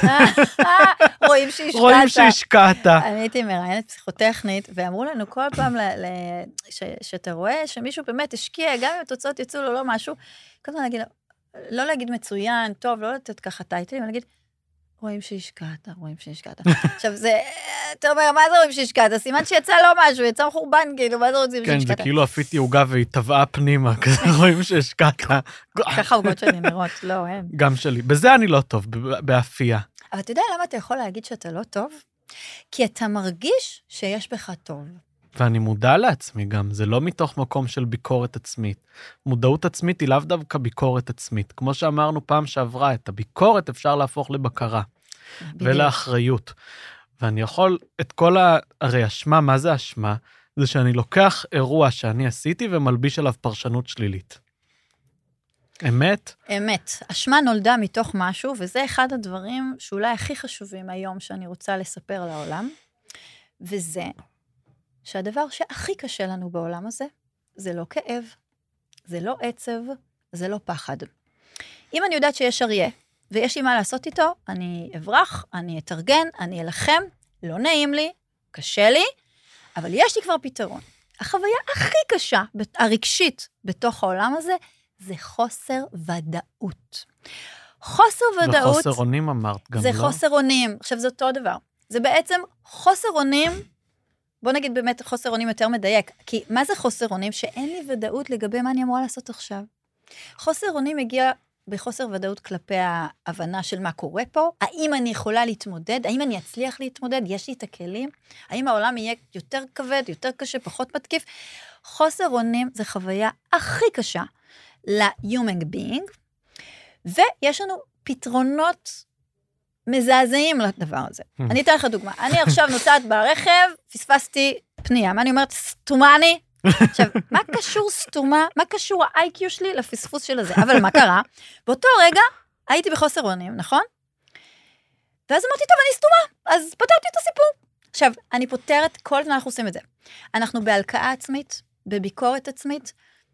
[SPEAKER 3] רואים שהשקעת.
[SPEAKER 2] רואים שהשקעת.
[SPEAKER 3] אני הייתי מראיינת פסיכוטכנית, ואמרו לנו כל פעם שאתה רואה שמישהו באמת השקיע, גם אם התוצאות יצאו לו לא משהו, כל הזמן להגיד, לא להגיד מצוין, טוב, לא לתת ככה טייטלים, אלא להגיד, רואים שהשקעת, רואים שהשקעת. עכשיו זה, אתה אומר, מה זה רואים שהשקעת? סימן שיצא לא משהו, יצא מחורבן, כאילו, מה זה רואים שהשקעת?
[SPEAKER 2] כן, זה כאילו אפיתי עוגה והיא טבעה פנימה, כזה רואים שהשקעת.
[SPEAKER 3] ככה עוגות שלי נראות, לא, אין.
[SPEAKER 2] גם שלי. בזה אני לא טוב, באפייה.
[SPEAKER 3] אבל אתה יודע למה אתה יכול להגיד שאתה לא טוב? כי אתה מרגיש שיש בך טוב.
[SPEAKER 2] ואני מודע לעצמי גם, זה לא מתוך מקום של ביקורת עצמית. מודעות עצמית היא לאו דווקא ביקורת עצמית. כמו שאמרנו פעם שעברה, את הביקורת אפשר להפוך לבקרה. ולאחריות. ואני יכול, את כל ה... הרי אשמה, מה זה אשמה? זה שאני לוקח אירוע שאני עשיתי ומלביש עליו פרשנות שלילית. אמת?
[SPEAKER 3] אמת. אשמה נולדה מתוך משהו, וזה אחד הדברים שאולי הכי חשובים היום שאני רוצה לספר לעולם, וזה שהדבר שהכי קשה לנו בעולם הזה, זה לא כאב, זה לא עצב, זה לא פחד. אם אני יודעת שיש אריה, ויש לי מה לעשות איתו, אני אברח, אני אתארגן, אני אלחם, לא נעים לי, קשה לי, אבל יש לי כבר פתרון. החוויה הכי קשה, הרגשית, בתוך העולם הזה, זה חוסר ודאות. חוסר ודאות...
[SPEAKER 2] וחוסר אונים אמרת גם,
[SPEAKER 3] זה
[SPEAKER 2] לא?
[SPEAKER 3] זה חוסר אונים. עכשיו, זה אותו דבר. זה בעצם חוסר אונים, בוא נגיד באמת חוסר אונים יותר מדייק, כי מה זה חוסר אונים? שאין לי ודאות לגבי מה אני אמורה לעשות עכשיו. חוסר אונים מגיע בחוסר ודאות כלפי ההבנה של מה קורה פה, האם אני יכולה להתמודד, האם אני אצליח להתמודד, יש לי את הכלים, האם העולם יהיה יותר כבד, יותר קשה, פחות מתקיף. חוסר אונים זה חוויה הכי קשה ל-human being, ויש לנו פתרונות מזעזעים לדבר הזה. אני אתן לך דוגמה. אני עכשיו נוסעת ברכב, פספסתי פנייה. מה אני אומרת? סתומני? עכשיו, מה קשור סתומה? מה קשור ה-איי קיו שלי לפספוס של הזה? אבל מה קרה? באותו רגע הייתי בחוסר אונים, נכון? ואז אמרתי, טוב, אני סתומה, אז פתרתי את הסיפור. עכשיו, אני פותרת, כל זמן אנחנו עושים את זה. אנחנו בהלקאה עצמית, בביקורת עצמית,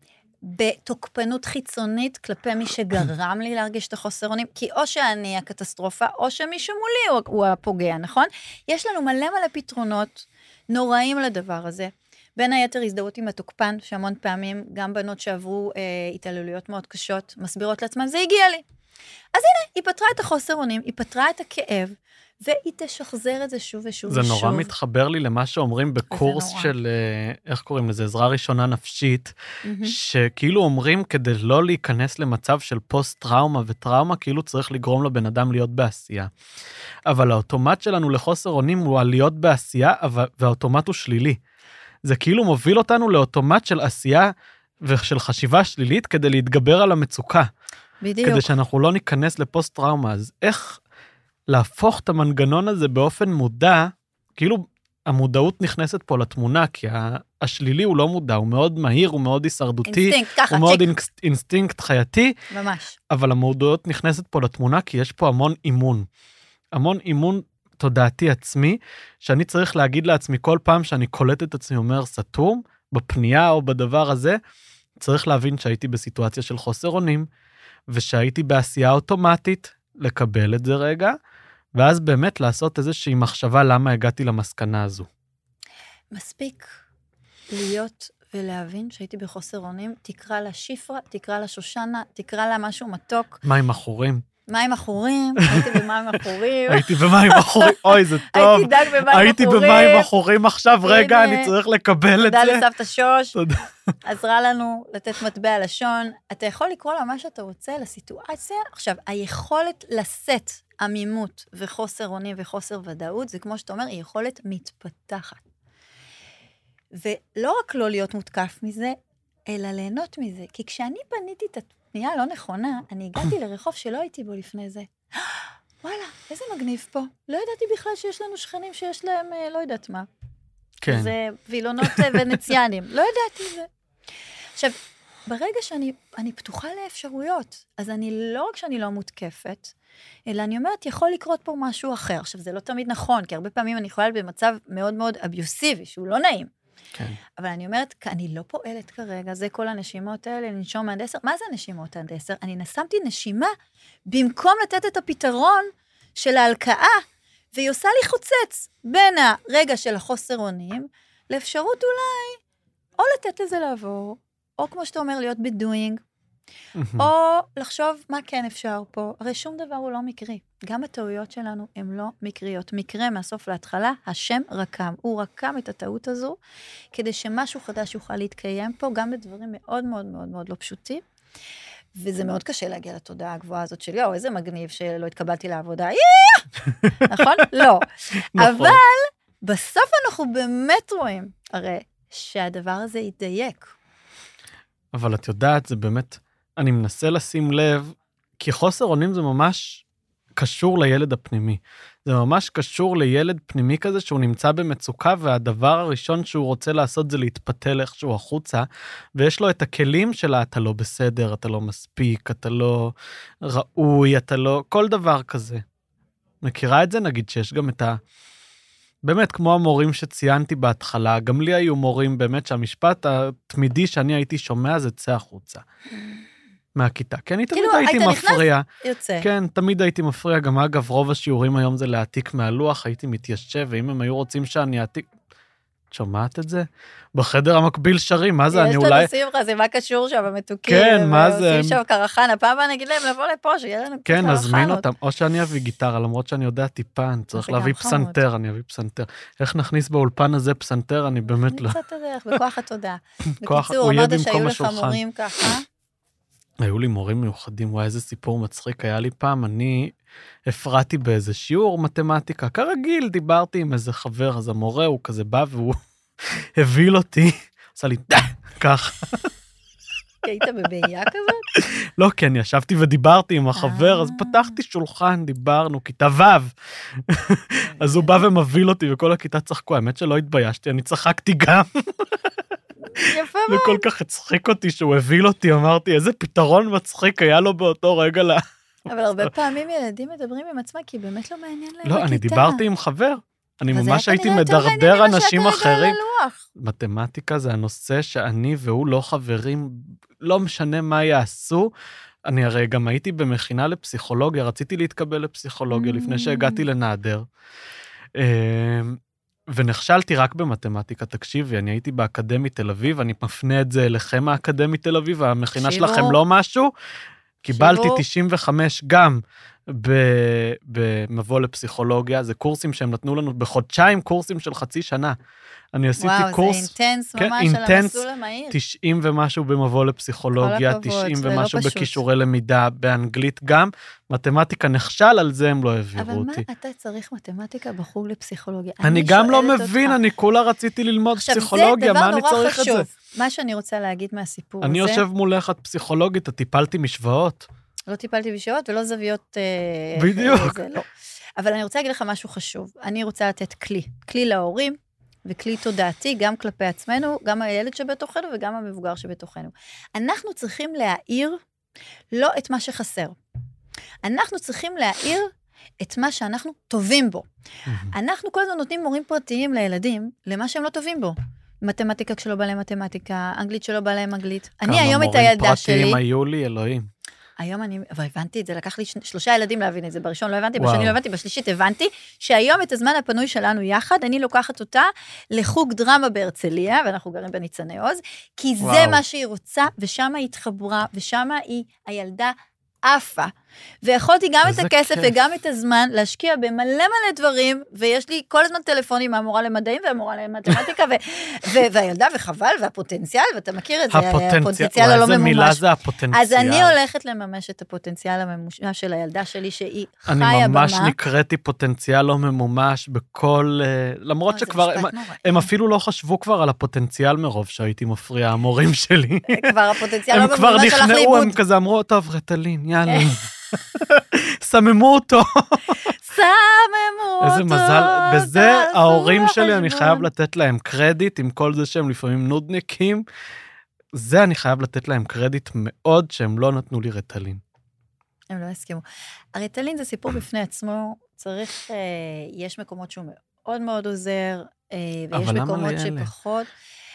[SPEAKER 3] בתוקפנות חיצונית כלפי מי שגרם לי להרגיש את החוסר אונים, כי או שאני הקטסטרופה, או שמישהו מולי הוא, הוא הפוגע, נכון? יש לנו מלא מלא פתרונות נוראים לדבר הזה. בין היתר הזדהות עם התוקפן, שהמון פעמים גם בנות שעברו אה, התעללויות מאוד קשות, מסבירות לעצמן, זה הגיע לי. אז הנה, היא פתרה את החוסר אונים, היא פתרה את הכאב, והיא תשחזר את זה שוב ושוב
[SPEAKER 2] זה
[SPEAKER 3] ושוב.
[SPEAKER 2] נורא מתחבר לי למה שאומרים בקורס של, איך קוראים לזה, עזרה ראשונה נפשית, mm-hmm. שכאילו אומרים כדי לא להיכנס למצב של פוסט-טראומה וטראומה, כאילו צריך לגרום לבן אדם להיות בעשייה. אבל האוטומט שלנו לחוסר אונים הוא להיות בעשייה, והאוטומט הוא שלילי. זה כאילו מוביל אותנו לאוטומט של עשייה ושל חשיבה שלילית כדי להתגבר על המצוקה.
[SPEAKER 3] בדיוק.
[SPEAKER 2] כדי שאנחנו לא ניכנס לפוסט-טראומה. אז איך להפוך את המנגנון הזה באופן מודע, כאילו המודעות נכנסת פה לתמונה, כי השלילי הוא לא מודע, הוא מאוד מהיר, הוא מאוד הישרדותי,
[SPEAKER 3] אינסטינקט, ככה,
[SPEAKER 2] הוא מאוד
[SPEAKER 3] צ'יק.
[SPEAKER 2] אינסט, אינסטינקט חייתי,
[SPEAKER 3] ממש.
[SPEAKER 2] אבל המודעות נכנסת פה לתמונה, כי יש פה המון אימון. המון אימון תודעתי עצמי, שאני צריך להגיד לעצמי כל פעם שאני קולט את עצמי אומר סתום, בפנייה או בדבר הזה, צריך להבין שהייתי בסיטואציה של חוסר אונים, ושהייתי בעשייה אוטומטית, לקבל את זה רגע, ואז באמת לעשות איזושהי מחשבה למה הגעתי למסקנה הזו.
[SPEAKER 3] מספיק להיות ולהבין שהייתי בחוסר אונים, תקרא לה שיפרה, תקרא לה שושנה, תקרא לה משהו מתוק.
[SPEAKER 2] מים אחורים.
[SPEAKER 3] מים אחורים, הייתי במים אחורים.
[SPEAKER 2] הייתי במים אחורים, אוי זה טוב.
[SPEAKER 3] הייתי דג במים אחורים.
[SPEAKER 2] הייתי במים אחורים עכשיו, רגע אני צריך לקבל את זה.
[SPEAKER 3] תודה לסבתא שוש.
[SPEAKER 2] תודה.
[SPEAKER 3] עזרה לנו לתת מטבע לשון. אתה יכול לקרוא לה מה שאתה רוצה לסיטואציה. עכשיו, היכולת לשאת עמימות וחוסר אונים וחוסר ודאות, זה כמו שאתה אומר, היא יכולת מתפתחת. ולא רק לא להיות מותקף מזה, אלא ליהנות מזה. כי כשאני בניתי את הפנייה לא נכונה, אני הגעתי לרחוב שלא הייתי בו לפני זה. וואלה, איזה מגניב פה. לא ידעתי בכלל שיש לנו שכנים שיש להם, לא יודעת מה.
[SPEAKER 2] כן.
[SPEAKER 3] זה וילונות ונציאנים. לא ידעתי זה. עכשיו, ברגע שאני אני פתוחה לאפשרויות, אז אני לא רק שאני לא מותקפת, אלא אני אומרת, יכול לקרות פה משהו אחר. עכשיו, זה לא תמיד נכון, כי הרבה פעמים אני יכולה במצב מאוד מאוד אביוסיבי, שהוא לא נעים.
[SPEAKER 2] כן.
[SPEAKER 3] אבל אני אומרת, אני לא פועלת כרגע, זה כל הנשימות האלה, לנשום עד עשר. מה זה הנשימות עד עשר? אני נסמתי נשימה, במקום לתת את הפתרון של ההלקאה, והיא עושה לי חוצץ בין הרגע של החוסר אונים, לאפשרות אולי, או לתת לזה לעבור, או כמו שאתה אומר, להיות בדואינג, או לחשוב מה כן אפשר פה. הרי שום דבר הוא לא מקרי. גם הטעויות שלנו הן לא מקריות. מקרה מהסוף להתחלה, השם רקם. הוא רקם את הטעות הזו, כדי שמשהו חדש יוכל להתקיים פה, גם בדברים מאוד מאוד מאוד מאוד לא פשוטים. וזה מאוד קשה להגיע לתודעה הגבוהה הזאת של, יו, איזה מגניב שלא התקבלתי לעבודה. נכון? לא. אבל בסוף אנחנו באמת רואים, הרי שהדבר הזה ידייק.
[SPEAKER 2] אבל את יודעת, זה באמת, אני מנסה לשים לב, כי חוסר אונים זה ממש קשור לילד הפנימי. זה ממש קשור לילד פנימי כזה, שהוא נמצא במצוקה, והדבר הראשון שהוא רוצה לעשות זה להתפתל איכשהו החוצה, ויש לו את הכלים שלה, אתה לא בסדר, אתה לא מספיק, אתה לא ראוי, אתה לא, כל דבר כזה. מכירה את זה? נגיד שיש גם את ה... באמת, כמו המורים שציינתי בהתחלה, גם לי היו מורים באמת שהמשפט התמידי שאני הייתי שומע זה צא החוצה. מהכיתה. כי אני תמיד הייתי מפריע.
[SPEAKER 3] יוצא.
[SPEAKER 2] כן, תמיד הייתי מפריע. גם אגב, רוב השיעורים היום זה להעתיק מהלוח, הייתי מתיישב, ואם הם היו רוצים שאני אעתיק... את שומעת את זה? בחדר המקביל שרים, מה זה? אני אולי...
[SPEAKER 3] יש לנו שמחה, זה מה קשור שם, המתוקים.
[SPEAKER 2] כן, מה זה?
[SPEAKER 3] עושים שם קרחן, הפעם אני אגיד להם לבוא לפה, שיהיה לנו קרחנות.
[SPEAKER 2] כן, נזמין אותם. או שאני אביא גיטרה, למרות שאני יודע טיפה, אני צריך להביא פסנתר, אני אביא פסנתר. איך נכניס באולפן הזה פסנתר, אני באמת לא...
[SPEAKER 3] נמצאת הדרך, בכוח התודה. בקיצור, אמרת שהיו לך מורים ככה.
[SPEAKER 2] היו לי מורים מיוחדים, וואי, איזה סיפור מצחיק היה לי פעם, אני הפרעתי באיזה שיעור מתמטיקה, כרגיל דיברתי עם איזה חבר, אז המורה הוא כזה בא והוא הביל אותי, עשה לי דה, ככה.
[SPEAKER 3] כי היית בבעיה כזאת?
[SPEAKER 2] לא, כי אני ישבתי ודיברתי עם החבר, אז פתחתי שולחן, דיברנו, כיתה ו', אז הוא בא ומביל אותי, וכל הכיתה צחקו, האמת שלא התביישתי, אני צחקתי גם.
[SPEAKER 3] יפה מאוד.
[SPEAKER 2] וכל כך הצחיק אותי שהוא הביל אותי, אמרתי, איזה פתרון מצחיק היה לו באותו רגע לה.
[SPEAKER 3] אבל הרבה פעמם ילדים מדברים עם עצמם, כי באמת לא מעניין להם בכיתה.
[SPEAKER 2] לא, אני דיברתי עם חבר. אני ממש הייתי מדרדר אנשים אחרים. מתמטיקה זה הנושא שאני והוא לא חברים, לא משנה מה יעשו. אני הרי גם הייתי במכינה לפסיכולוגיה, רציתי להתקבל לפסיכולוגיה לפני שהגעתי לנעדר. ונכשלתי רק במתמטיקה, תקשיבי, אני הייתי באקדמית תל אביב, אני מפנה את זה אליכם האקדמית תל אביב, והמכינה שלכם לא משהו, קיבלתי תשעים וחמש גם במבוא לפסיכולוגיה, זה קורסים שהם נתנו לנו בחודשיים, קורסים של חצי שנה. אני עשיתי קורס...
[SPEAKER 3] וואו, זה אינטנס ממש על המסלול המהיר.
[SPEAKER 2] תשעים ומשהו במבוא לפסיכולוגיה, תשעים ומשהו בכישורי למידה, באנגלית גם. מתמטיקה נכשל, על זה הם לא העבירו אותי.
[SPEAKER 3] אבל מה אתה צריך מתמטיקה בחוג לפסיכולוגיה?
[SPEAKER 2] אני גם לא מבין, אני כולה רציתי ללמוד פסיכולוגיה, מה אני צריך את זה?
[SPEAKER 3] מה שאני רוצה להגיד מהסיפור הזה...
[SPEAKER 2] אני יושב מולך את פסיכולוגית, טיפלתי משוואות.
[SPEAKER 3] לא טיפלתי בשוואות ולא זוויות...
[SPEAKER 2] בדיוק.
[SPEAKER 3] אבל אני רוצה להגיד לך משהו חשוב. אני רוצה לתת כלי. כלי להורים, וכלי תודעתי, גם כלפי עצמנו, גם הילד שבתוכנו וגם המבוגר שבתוכנו. אנחנו צריכים להעיר לא את מה שחסר. אנחנו צריכים להעיר את מה שאנחנו טובים בו. אנחנו כל הזמן נותנים מורים פרטיים לילדים, למה שהם לא טובים בו. מתמטיקה כשלא בא להם מתמטיקה, אנגלית שלא בא להם אנגלית. אני היום את הילדה שלי...
[SPEAKER 2] כמה מורים פרטיים היו לי, אלוהים.
[SPEAKER 3] היום אני, אבל הבנתי את זה, לקח לי שלושה ילדים להבין את זה, בראשון לא הבנתי, בשני לא הבנתי, בשלישית הבנתי, שהיום את הזמן הפנוי שלנו יחד, אני לוקחת אותה לחוג דרמה בהרצליה, ואנחנו גרים בניצני עוז, כי זה וואו. מה שהיא רוצה, ושם היא התחברה, ושם היא הילדה עפה, ויכולתי גם את הכסף כיף. וגם את הזמן להשקיע במלא מלא דברים, ויש לי כל הזמן טלפונים מהמורה למדעים והמורה למתמטיקה, ו- ו- והילדה וחבל, והפוטנציאל, ואתה מכיר את זה,
[SPEAKER 2] הפוטנציאל,
[SPEAKER 3] הפוטנציאל הלא ממומש.
[SPEAKER 2] מילה זה הפוטנציאל.
[SPEAKER 3] אז אני הולכת לממש את הפוטנציאל הממומש של הילדה שלי, שהיא חיה במה.
[SPEAKER 2] אני ממש נקראתי פוטנציאל לא ממומש בכל, למרות שכבר, הם, הם אפילו לא חשבו כבר על הפוטנציאל מרוב שהייתי מפריע, המורים שלי.
[SPEAKER 3] כבר הפוטנציאל לא ממומש הלך לאיבוד.
[SPEAKER 2] הם כזה אמרו, טוב, רטלין, יאללה. סממו אותו.
[SPEAKER 3] סממו אותו.
[SPEAKER 2] איזה מזל. בזה ההורים שלי, אני חייב לתת להם קרדיט, עם כל זה שהם לפעמים נודניקים. זה אני חייב לתת להם קרדיט מאוד, שהם לא נתנו לי רטלין.
[SPEAKER 3] הם לא הסכימו. הרטלין זה סיפור בפני עצמו, צריך, יש מקומות שהוא מאוד מאוד עוזר, ויש מקומות שפחות.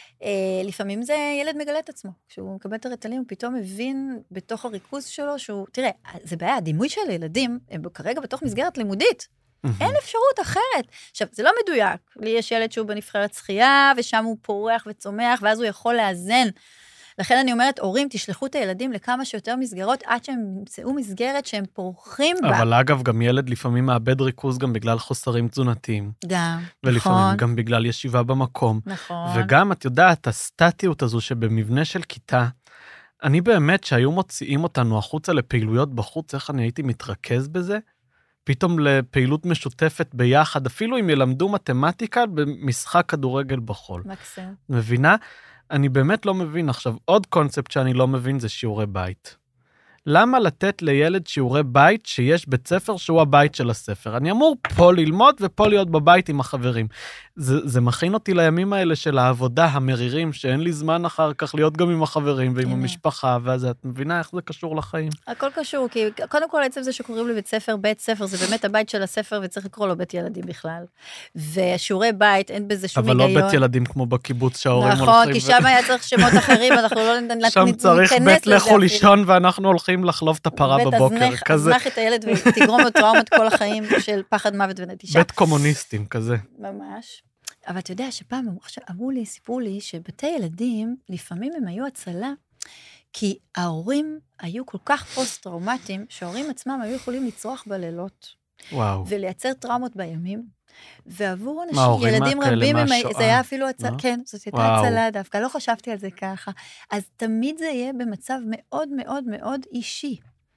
[SPEAKER 3] לפעמים זה ילד מגלה את עצמו, כשהוא מקבל את הרטלין, הוא פתאום מבין בתוך הריכוז שלו, שהוא, תראה, זה בעיה, הדימוי של ילדים, הם כרגע בתוך מסגרת לימודית, אין אפשרות אחרת. עכשיו, זה לא מדויק, לי יש ילד שהוא בנבחרת שחייה, ושם הוא פורח וצומח, ואז הוא יכול לאזן. לכן אני אומרת, הורים, תשלחו את הילדים לכמה שיותר מסגרות, עד שהם ימצאו מסגרת שהם פורחים בה.
[SPEAKER 2] אבל אגב, גם ילד לפעמים מאבד ריכוז גם בגלל חוסרים תזונתיים.
[SPEAKER 3] גם,
[SPEAKER 2] ולפעמים
[SPEAKER 3] נכון.
[SPEAKER 2] גם בגלל ישיבה במקום.
[SPEAKER 3] נכון.
[SPEAKER 2] וגם, את יודעת, הסטטיות הזו שבמבנה של כיתה, אני באמת, שהיו מוציאים אותנו החוצה לפעילויות בחוץ, איך אני הייתי מתרכז בזה? פתאום לפעילות משותפת ביחד, אפילו אם ילמדו מתמטיקה במשחק כדורגל בחול.
[SPEAKER 3] מקסים.
[SPEAKER 2] מבינה? אני באמת לא מבין. עכשיו, עוד קונספט שאני לא מבין זה שיעורי בית. למה לתת לילד שיעורי בית שיש בית ספר שהוא הבית של הספר? אני אמור פה ללמוד ופה להיות בבית עם החברים. זה, זה מכין אותי לימים האלה של העבודה המרירים, שאין לי זמן אחר כך להיות גם עם החברים ועם המשפחה, ואז את מבינה איך זה קשור לחיים?
[SPEAKER 3] הכל קשור, כי קודם כל עצם זה שקוראים לבית ספר, בית ספר, זה באמת הבית של הספר, וצריך לקרוא לו בית ילדים בכלל. ושיעורי בית, אין בזה שום היגיון.
[SPEAKER 2] אבל לא בית ילדים כמו בקיבוץ שההורים הולכים.
[SPEAKER 3] נכון, כי שם היה צריך שמות אחרים, אנחנו לא ניכנס לזה.
[SPEAKER 2] שם צריך בית לכו לישון, ואנחנו הולכים לחלוב את הפרה בבוקר, כזה.
[SPEAKER 3] תזנח את הילד ותגרום לו טראומות כל החיים של פחד מוות ונטישה.
[SPEAKER 2] בית קומוניסטים, כזה.
[SPEAKER 3] ממש. אבל אתה יודע שפעם אמרו לי, סיפרו לי, שבתי ילדים, לפעמים הם היו הצלה, כי ההורים היו כל כך פוסט-טראומטיים, שההורים עצמם היו יכולים לצרוח בלילות.
[SPEAKER 2] וואו.
[SPEAKER 3] ולייצר טראומות בימים. ועבור אנשים, ילדים רבים, זה היה אפילו הצלה, כן, זאת הייתה הצלה דווקא, לא חשבתי על זה ככה. אז תמיד זה יהיה במצב מאוד מאוד מאוד אישי.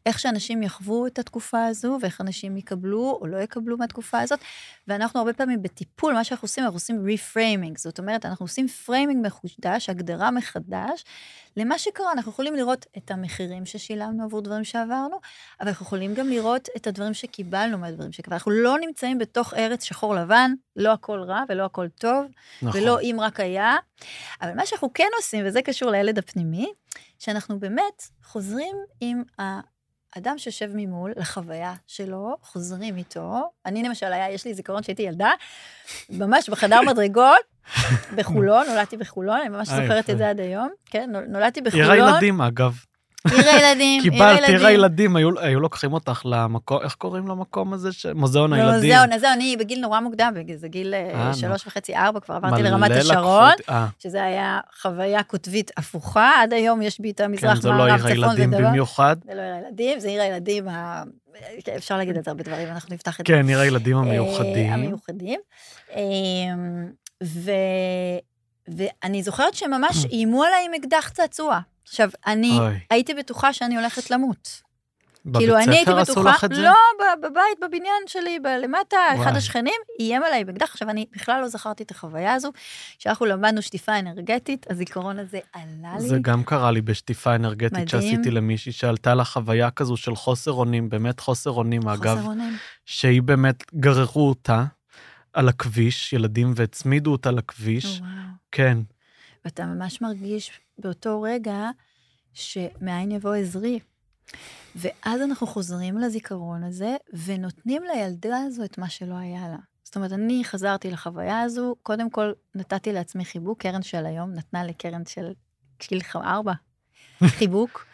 [SPEAKER 3] איך שאנשים יחוו את התקופה הזו, ואיך אנשים יקבלו או לא יקבלו מהתקופה הזאת, ואנחנו הרבה פעמים בטיפול, מה שאנחנו עושים, אנחנו עושים reframing, זאת אומרת, אנחנו עושים framing מחודש, הגדרה מחדש, למה שקרה, אנחנו יכולים לראות את המחירים ששילמנו עבור דברים שעברנו, אבל אנחנו יכולים גם לראות את הדברים שקיבלנו מהדברים שקיבלנו, אנחנו לא נמצאים בתוך ארץ שחור לבן, לא הכל רע ולא הכל טוב, נכון. ולא אם רק היה, אבל מה שאנחנו כן עושים, וזה קשור לילד הפנימי, שאנחנו באמת חוזרים עם האדם שיושב ממול לחוויה שלו, חוזרים איתו. אני למשל, היה, יש לי זיכרון שהייתי ילדה, ממש בחדר מדרגות, בחולון, נולדתי בחולון, אני ממש זוכרת את זה עד היום, כן, נולדתי בחולון.
[SPEAKER 2] עיר הילדים, אגב.
[SPEAKER 3] עיר הילדים,
[SPEAKER 2] קיבלת, עיר הילדים, היו לוקחים אותך למקום, איך קוראים למקום הזה? מוזיאון הילדים.
[SPEAKER 3] מוזיאון, אז אני בגיל נורא מוקדם, זה גיל שלוש וחצי, ארבע, כבר עברתי לרמת השרון, שזה היה חוויה כותבית הפוכה, עד היום יש בי את המזרח,
[SPEAKER 2] זה לא עיר הילדים במיוחד.
[SPEAKER 3] זה לא עיר הילדים, זה עיר הילדים, אפשר להגיד את זה הרבה דברים, אנחנו נפתח את זה.
[SPEAKER 2] כן, עיר הילדים המיוחדים.
[SPEAKER 3] המיוחדים. ואני זוכרת שממש איימו עליי עם אקדח צעצוע. עכשיו, אני אוי. הייתי בטוחה שאני הולכת למות.
[SPEAKER 2] בבית כאילו, ספר
[SPEAKER 3] אני
[SPEAKER 2] עשו לך את זה?
[SPEAKER 3] לא, בבית, בבניין שלי, למטה, אחד השכנים, איים עליי באקדח. עכשיו, אני בכלל לא זכרתי את החוויה הזו, שאנחנו למדנו שטיפה אנרגטית, הזיכרון הזה עלה לי.
[SPEAKER 2] זה גם קרה לי בשטיפה אנרגטית, מדהים. שעשיתי למישהי, שעלתה לה חוויה כזו של חוסר אונים, באמת חוסר אונים, אגב, חוסר אונים. שהיא באמת גררו אותה על הכביש, ילדים והצמידו אותה לכביש.
[SPEAKER 3] וואו.
[SPEAKER 2] כן.
[SPEAKER 3] ואתה ממש מרגיש באותו רגע שמאין יבוא עזרי. ואז אנחנו חוזרים לזיכרון הזה, ונותנים לילדה הזו את מה שלא היה לה. זאת אומרת, אני חזרתי לחוויה הזו, קודם כל נתתי לעצמי חיבוק, קרן של היום, נתנה לקרן של גיל ארבע, חיבוק,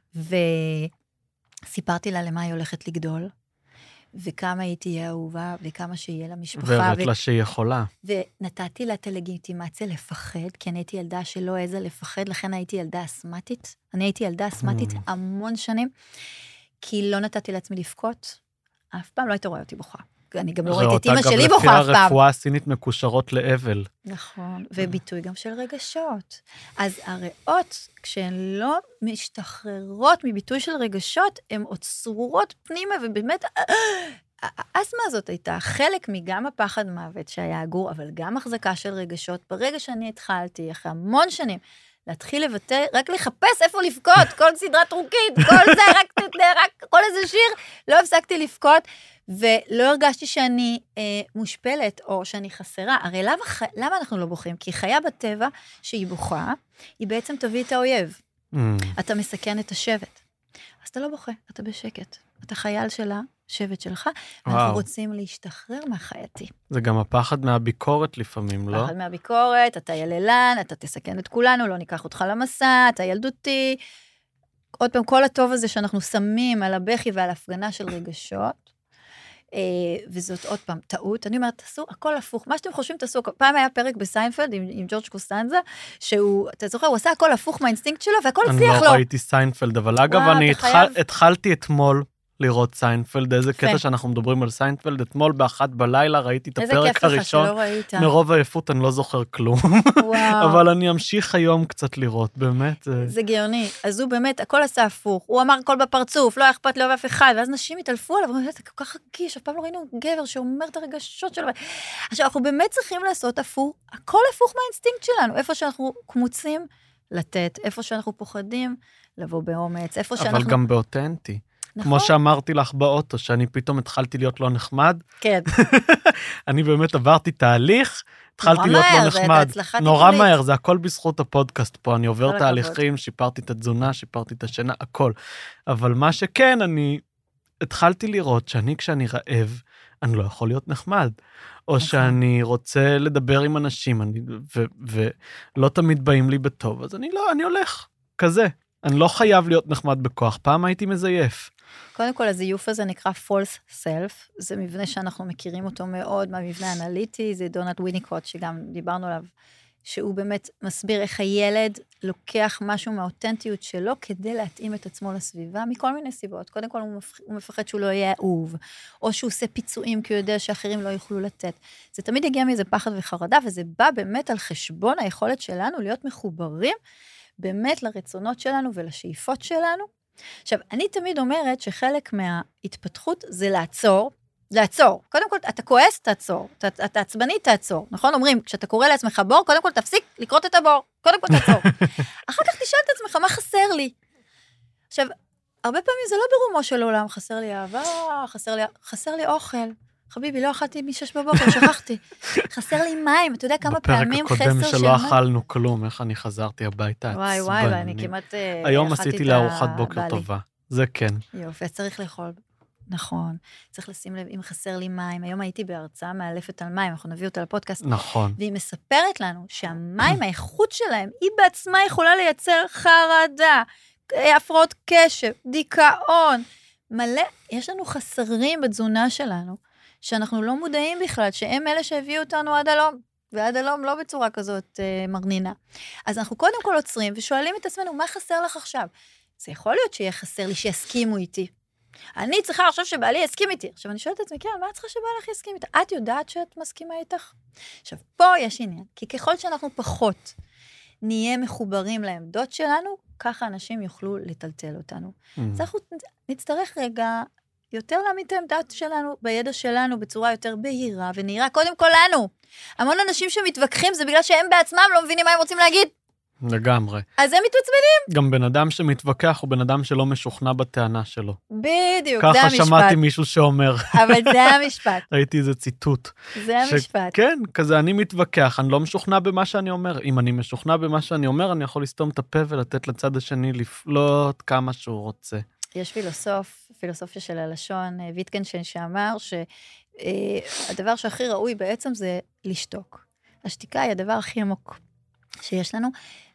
[SPEAKER 3] וסיפרתי לה למה היא הולכת לגדול, וכמה היא תהיה אהובה, וכמה שיהיה לה משפחה.
[SPEAKER 2] והראית לה שהיא יכולה.
[SPEAKER 3] ונתתי לה את הלגיטימציה לפחד, כי אני הייתי ילדה שלא העזה לפחד, לכן הייתי ילדה אסמטית. אני הייתי ילדה אסמטית המון שנים, כי לא נתתי לעצמי לבכות, אף פעם לא היית רואה אותי בוכה. אני גם לא ראיתי את אמא שלי בוכה אף פעם.
[SPEAKER 2] לפי הרפואה הסינית מקושרות לאבל.
[SPEAKER 3] נכון, וביטוי גם של רגשות. אז הריאות, כשהן לא משתחררות מביטוי של רגשות, הן עוד צרורות פנימה, ובאמת, האסמה הזאת הייתה חלק מגם הפחד מוות שהיה אגור, אבל גם החזקה של רגשות. ברגע שאני התחלתי, אחרי המון שנים, להתחיל לבטא, רק לחפש איפה לבכות, כל סדרת רוקית, כל זה, רק, רק כל איזה שיר, לא הפסקתי לבכות, ולא הרגשתי שאני אה, מושפלת, או שאני חסרה. הרי למה, למה אנחנו לא בוכים? כי חיה בטבע שהיא בוכה, היא בעצם תביא את האויב. Mm. אתה מסכן את השבט. אז אתה לא בוכה, אתה בשקט. אתה חייל שלה, שבט שלך, ואנחנו רוצים להשתחרר מהחייתי.
[SPEAKER 2] זה גם הפחד מהביקורת לפעמים, לא?
[SPEAKER 3] פחד מהביקורת, אתה יללן, אתה תסכן את כולנו, לא ניקח אותך למסע, אתה ילדותי. עוד פעם, כל הטוב הזה שאנחנו שמים על הבכי ועל הפגנה של רגשות, וזאת עוד פעם טעות, אני אומרת, תעשו הכל הפוך, מה שאתם חושבים תעשו, פעם היה פרק בסיינפלד עם, עם ג'ורג' קוסטנזה, שהוא, אתה זוכר, הוא עשה הכל הפוך מהאינסטינקט שלו, והכל הצליח לו.
[SPEAKER 2] אני לא ראיתי סיינפלד, אבל אגב, וואו, אני התחל, חייב... התחלתי אתמול לראות סיינפלד, איזה קטע פה. שאנחנו מדברים על סיינפלד, אתמול באחת בלילה ראיתי את הפרק הראשון, מרוב העייפות אני לא זוכר כלום, אבל אני אמשיך היום קצת לראות, באמת. זה...
[SPEAKER 3] זה גאוני, אז הוא באמת, הכל עשה הפוך, הוא אמר הכל בפרצוף, לא אכפת לו ואף אחד, ואז נשים התעלפו עליו, ואומרים, זה כל כך רגיש, אף פעם לא ראינו גבר שאומר את הרגשות שלו, עכשיו אנחנו באמת צריכים לעשות הפוך, הכל הפוך מהאינסטינקט שלנו, איפה שאנחנו קמוצים, לתת, איפה שאנחנו פוחדים, לבוא באומץ, איפה שאנחנו...
[SPEAKER 2] אבל גם באותנטי. נכון? כמו שאמרתי לך באוטו, שאני פתאום התחלתי להיות לא נחמד.
[SPEAKER 3] כן.
[SPEAKER 2] אני באמת עברתי תהליך, התחלתי להיות לא נחמד. נורא מהר, זה הכל בזכות הפודקאסט פה, אני עובר תהליכים, שיפרתי את התזונה, שיפרתי את השינה, הכל. אבל מה שכן, אני התחלתי לראות שאני כשאני רעב, אני לא יכול להיות נחמד. או שאני רוצה לדבר עם אנשים, ולא תמיד באים לי בטוב, אז אני לא, אני הולך, כזה. אני לא חייב להיות נחמד בכוח, פעם הייתי מזייף.
[SPEAKER 3] קודם כל, הזיוף הזה נקרא false self, זה מבנה שאנחנו מכירים אותו מאוד, מהמבנה האנליטי, זה דונלד וויניקוט, שגם דיברנו עליו, שהוא באמת מסביר איך הילד לוקח משהו מהאותנטיות שלו, כדי להתאים את עצמו לסביבה, מכל מיני סיבות. קודם כל, הוא מפחד שהוא לא יהיה אהוב, או שהוא עושה פיצויים, כי הוא יודע שאחרים לא יוכלו לתת. זה תמיד הגיע מאיזה פחד וחרדה, וזה בא באמת על חשבון היכולת שלנו להיות מחוברים, באמת לרצונות שלנו ולשאיפות שלנו, עכשיו, אני תמיד אומרת שחלק מההתפתחות זה לעצור, לעצור. קודם כל, אתה כועס, תעצור. אתה, אתה עצבני, תעצור. נכון? אומרים, כשאתה קורא לעצמך בור, קודם כל תפסיק לקרות את הבור. קודם כל תעצור. אחר כך תשאל את עצמך, מה חסר לי? עכשיו, הרבה פעמים זה לא ברומו של עולם, חסר לי אהבה, חסר לי, חסר לי אוכל. חביבי, לא אכלתי משש בבוקר, שכחתי. חסר לי מים, אתה יודע כמה פעמים חסר של מים?
[SPEAKER 2] בפרק הקודם שלא אכלנו כלום, איך אני חזרתי הביתה.
[SPEAKER 3] וואי וואי, ואני כמעט...
[SPEAKER 2] היום עשיתי לארוחת בוקר טובה, זה כן.
[SPEAKER 3] יופי, צריך לאכול. נכון, צריך לשים לב, אם חסר לי מים, היום הייתי בהרצאה מאלפת על מים, אנחנו נביא אותה לפודקאסט.
[SPEAKER 2] נכון.
[SPEAKER 3] והיא מספרת לנו שהמים, האיכות שלהם, היא בעצמה יכולה לייצר חרדה, הפרעות קשב, דיכאון, מלא, יש לנו חסרים בתזונה שלנו, שאנחנו לא מודעים בכלל, שהם אלה שהביאו אותנו עד הלום, ועד הלום לא בצורה כזאת אה, מרנינה. אז אנחנו קודם כל עוצרים ושואלים את עצמנו, מה חסר לך עכשיו? זה יכול להיות שיהיה חסר לי שיסכימו איתי. אני צריכה לחשוב שבעלי יסכים איתי. עכשיו אני שואלת את עצמי, כן, מה את צריכה שבעלך יסכים איתה? את יודעת שאת מסכימה איתך? עכשיו, פה יש עניין, כי ככל שאנחנו פחות נהיה מחוברים לעמדות שלנו, ככה אנשים יוכלו לטלטל אותנו. Mm. אז אנחנו נצטרך רגע יותר להעמיד את העמדת שלנו, בידע שלנו, בצורה יותר בהירה ונהירה, קודם כל לנו. המון אנשים שמתווכחים, זה בגלל שהם בעצמם לא מבינים מה הם רוצים להגיד.
[SPEAKER 2] לגמרי.
[SPEAKER 3] אז הם מתעצבנים.
[SPEAKER 2] גם בן אדם שמתווכח הוא בן אדם שלא משוכנע בטענה שלו.
[SPEAKER 3] בדיוק, זה המשפט.
[SPEAKER 2] ככה שמעתי מישהו שאומר.
[SPEAKER 3] אבל זה המשפט.
[SPEAKER 2] ראיתי איזה ציטוט.
[SPEAKER 3] זה המשפט.
[SPEAKER 2] כן, כזה אני מתווכח, אני לא משוכנע במה שאני אומר. אם אני משוכנע במה שאני אומר, אני יכול לסתום את הפה ולתת לצד השני לפלוט כמה שהוא רוצה.
[SPEAKER 3] יש פילוסוף, פילוסופיה של הלשון, ויטקנשטיין, שאמר שהדבר שהכי ראוי בעצם זה לשתוק. השתיקה היא הדבר הכי עמוק שיש לנו,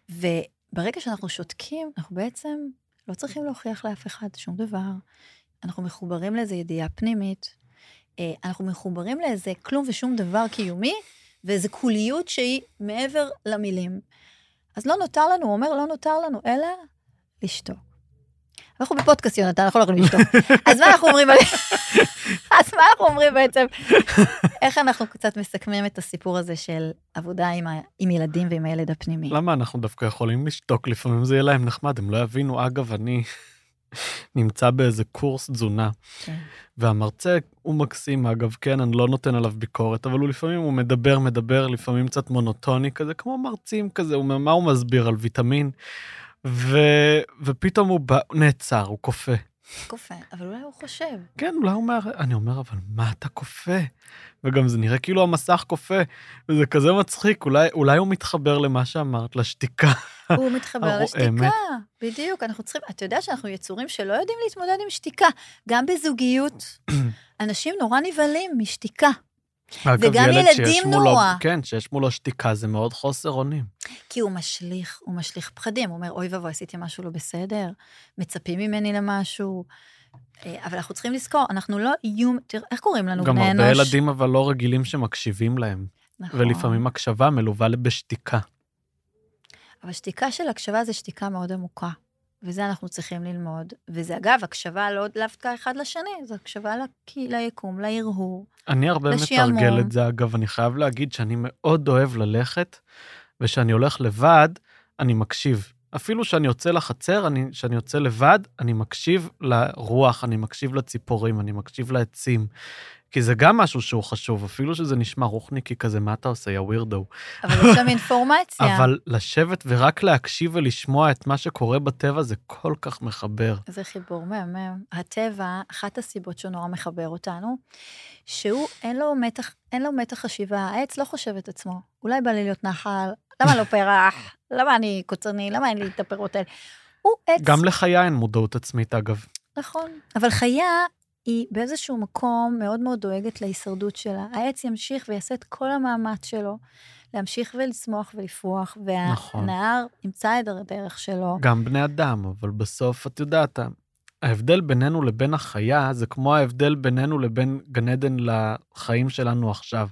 [SPEAKER 3] וברגע שאנחנו שותקים, אנחנו בעצם לא צריכים להוכיח לאף אחד שום דבר. אנחנו מחוברים לאיזו ידיעה פנימית, אנחנו מחוברים לאיזה כלום ושום דבר קיומי, ואיזו קוליות שהיא מעבר למילים. אז לא נותר לנו, הוא אומר, לא נותר לנו, אלא לשתוק. אנחנו בפודקאסט, יונתן, אנחנו לא יכולים לשתוק. אז מה אנחנו אומרים? אז מה אנחנו אומרים בעצם? איך אנחנו קצת מסכמים את הסיפור הזה של עבודה עם, ה... עם ילדים ועם הילד הפנימי?
[SPEAKER 2] למה אנחנו דווקא יכולים לשתוק? לפעמים זה יהיה להם נחמד, הם לא יבינו. אגב, אני נמצא באיזה קורס תזונה, כן. והמרצה הוא מקסים, אגב, כן, אני לא נותן עליו ביקורת, אבל הוא לפעמים הוא מדבר, מדבר, לפעמים קצת מונוטוני כזה, כמו מרצים כזה, הוא, מה הוא מסביר על ויטמין? ו... ופתאום הוא בא, נעצר, הוא קופה.
[SPEAKER 3] קופה, אבל אולי הוא חושב.
[SPEAKER 2] כן, אולי הוא אומר, אני אומר, אבל מה אתה קופה? וגם זה נראה כאילו המסך קופה, וזה כזה מצחיק, אולי, אולי הוא מתחבר למה שאמרת, לשתיקה.
[SPEAKER 3] הוא מתחבר לשתיקה, בדיוק, אנחנו צריכים, אתה יודע שאנחנו יצורים שלא יודעים להתמודד עם שתיקה, גם בזוגיות, אנשים נורא נבלים משתיקה. וגם ילדים נורא.
[SPEAKER 2] כן, שיש מולו שתיקה, זה מאוד חוסר אונים.
[SPEAKER 3] כי הוא משליך, הוא משליך פחדים, הוא אומר, אוי ובוא, עשיתי משהו לא בסדר, מצפים ממני למשהו, אבל אנחנו צריכים לזכור, אנחנו לא איום, תראה, איך קוראים לנו בני אנוש?
[SPEAKER 2] גם הרבה ילדים אבל לא רגילים שמקשיבים להם, נכון. ולפעמים הקשבה מלווה בשתיקה.
[SPEAKER 3] אבל שתיקה של הקשבה זה שתיקה מאוד עמוקה, וזה אנחנו צריכים ללמוד, וזה אגב, הקשבה לא דווקא אחד לשני, זה הקשבה ליקום, להרהור,
[SPEAKER 2] אני הרבה לשעמום. מתרגל את זה, אגב, אני חייב להגיד שאני מאוד אוהב ללכת, ושאני הולך לבד, אני מקשיב. אפילו שאני יוצא לחצר, אני, שאני יוצא לבד, אני מקשיב לרוח, אני מקשיב לציפורים, אני מקשיב לעצים, כי זה גם משהו שהוא חשוב, אפילו שזה נשמע רוחניקי כזה, מה אתה עושה, יא ווירדו.
[SPEAKER 3] אבל יש שם אינפורמציה.
[SPEAKER 2] אבל לשבת ורק להקשיב ולשמוע את מה שקורה בטבע, זה כל כך מחבר.
[SPEAKER 3] זה חיבור מהמם. הטבע, אחת הסיבות שהוא נורא מחבר אותנו, שהוא אין לו מתח, אין לו מתח חשיבה, העץ לא חושב את עצמו, אולי בא לי להיות נחל, למה לא פרח, למה אני קוצרני, למה אין לי את הפירות האלה. הוא עץ.
[SPEAKER 2] גם לחיה אין מודעות עצמית, אגב.
[SPEAKER 3] נכון, אבל חיה היא באיזשהו מקום מאוד מאוד דואגת להישרדות שלה. העץ ימשיך ויעשה את כל המאמץ שלו, להמשיך ולצמוח ולפרוח, והנהר ימצא את הדרך שלו.
[SPEAKER 2] גם בני אדם, אבל בסוף, את יודעת, ההבדל בינינו לבין החיה, זה כמו ההבדל בינינו לבין גן עדן לחיים שלנו עכשיו.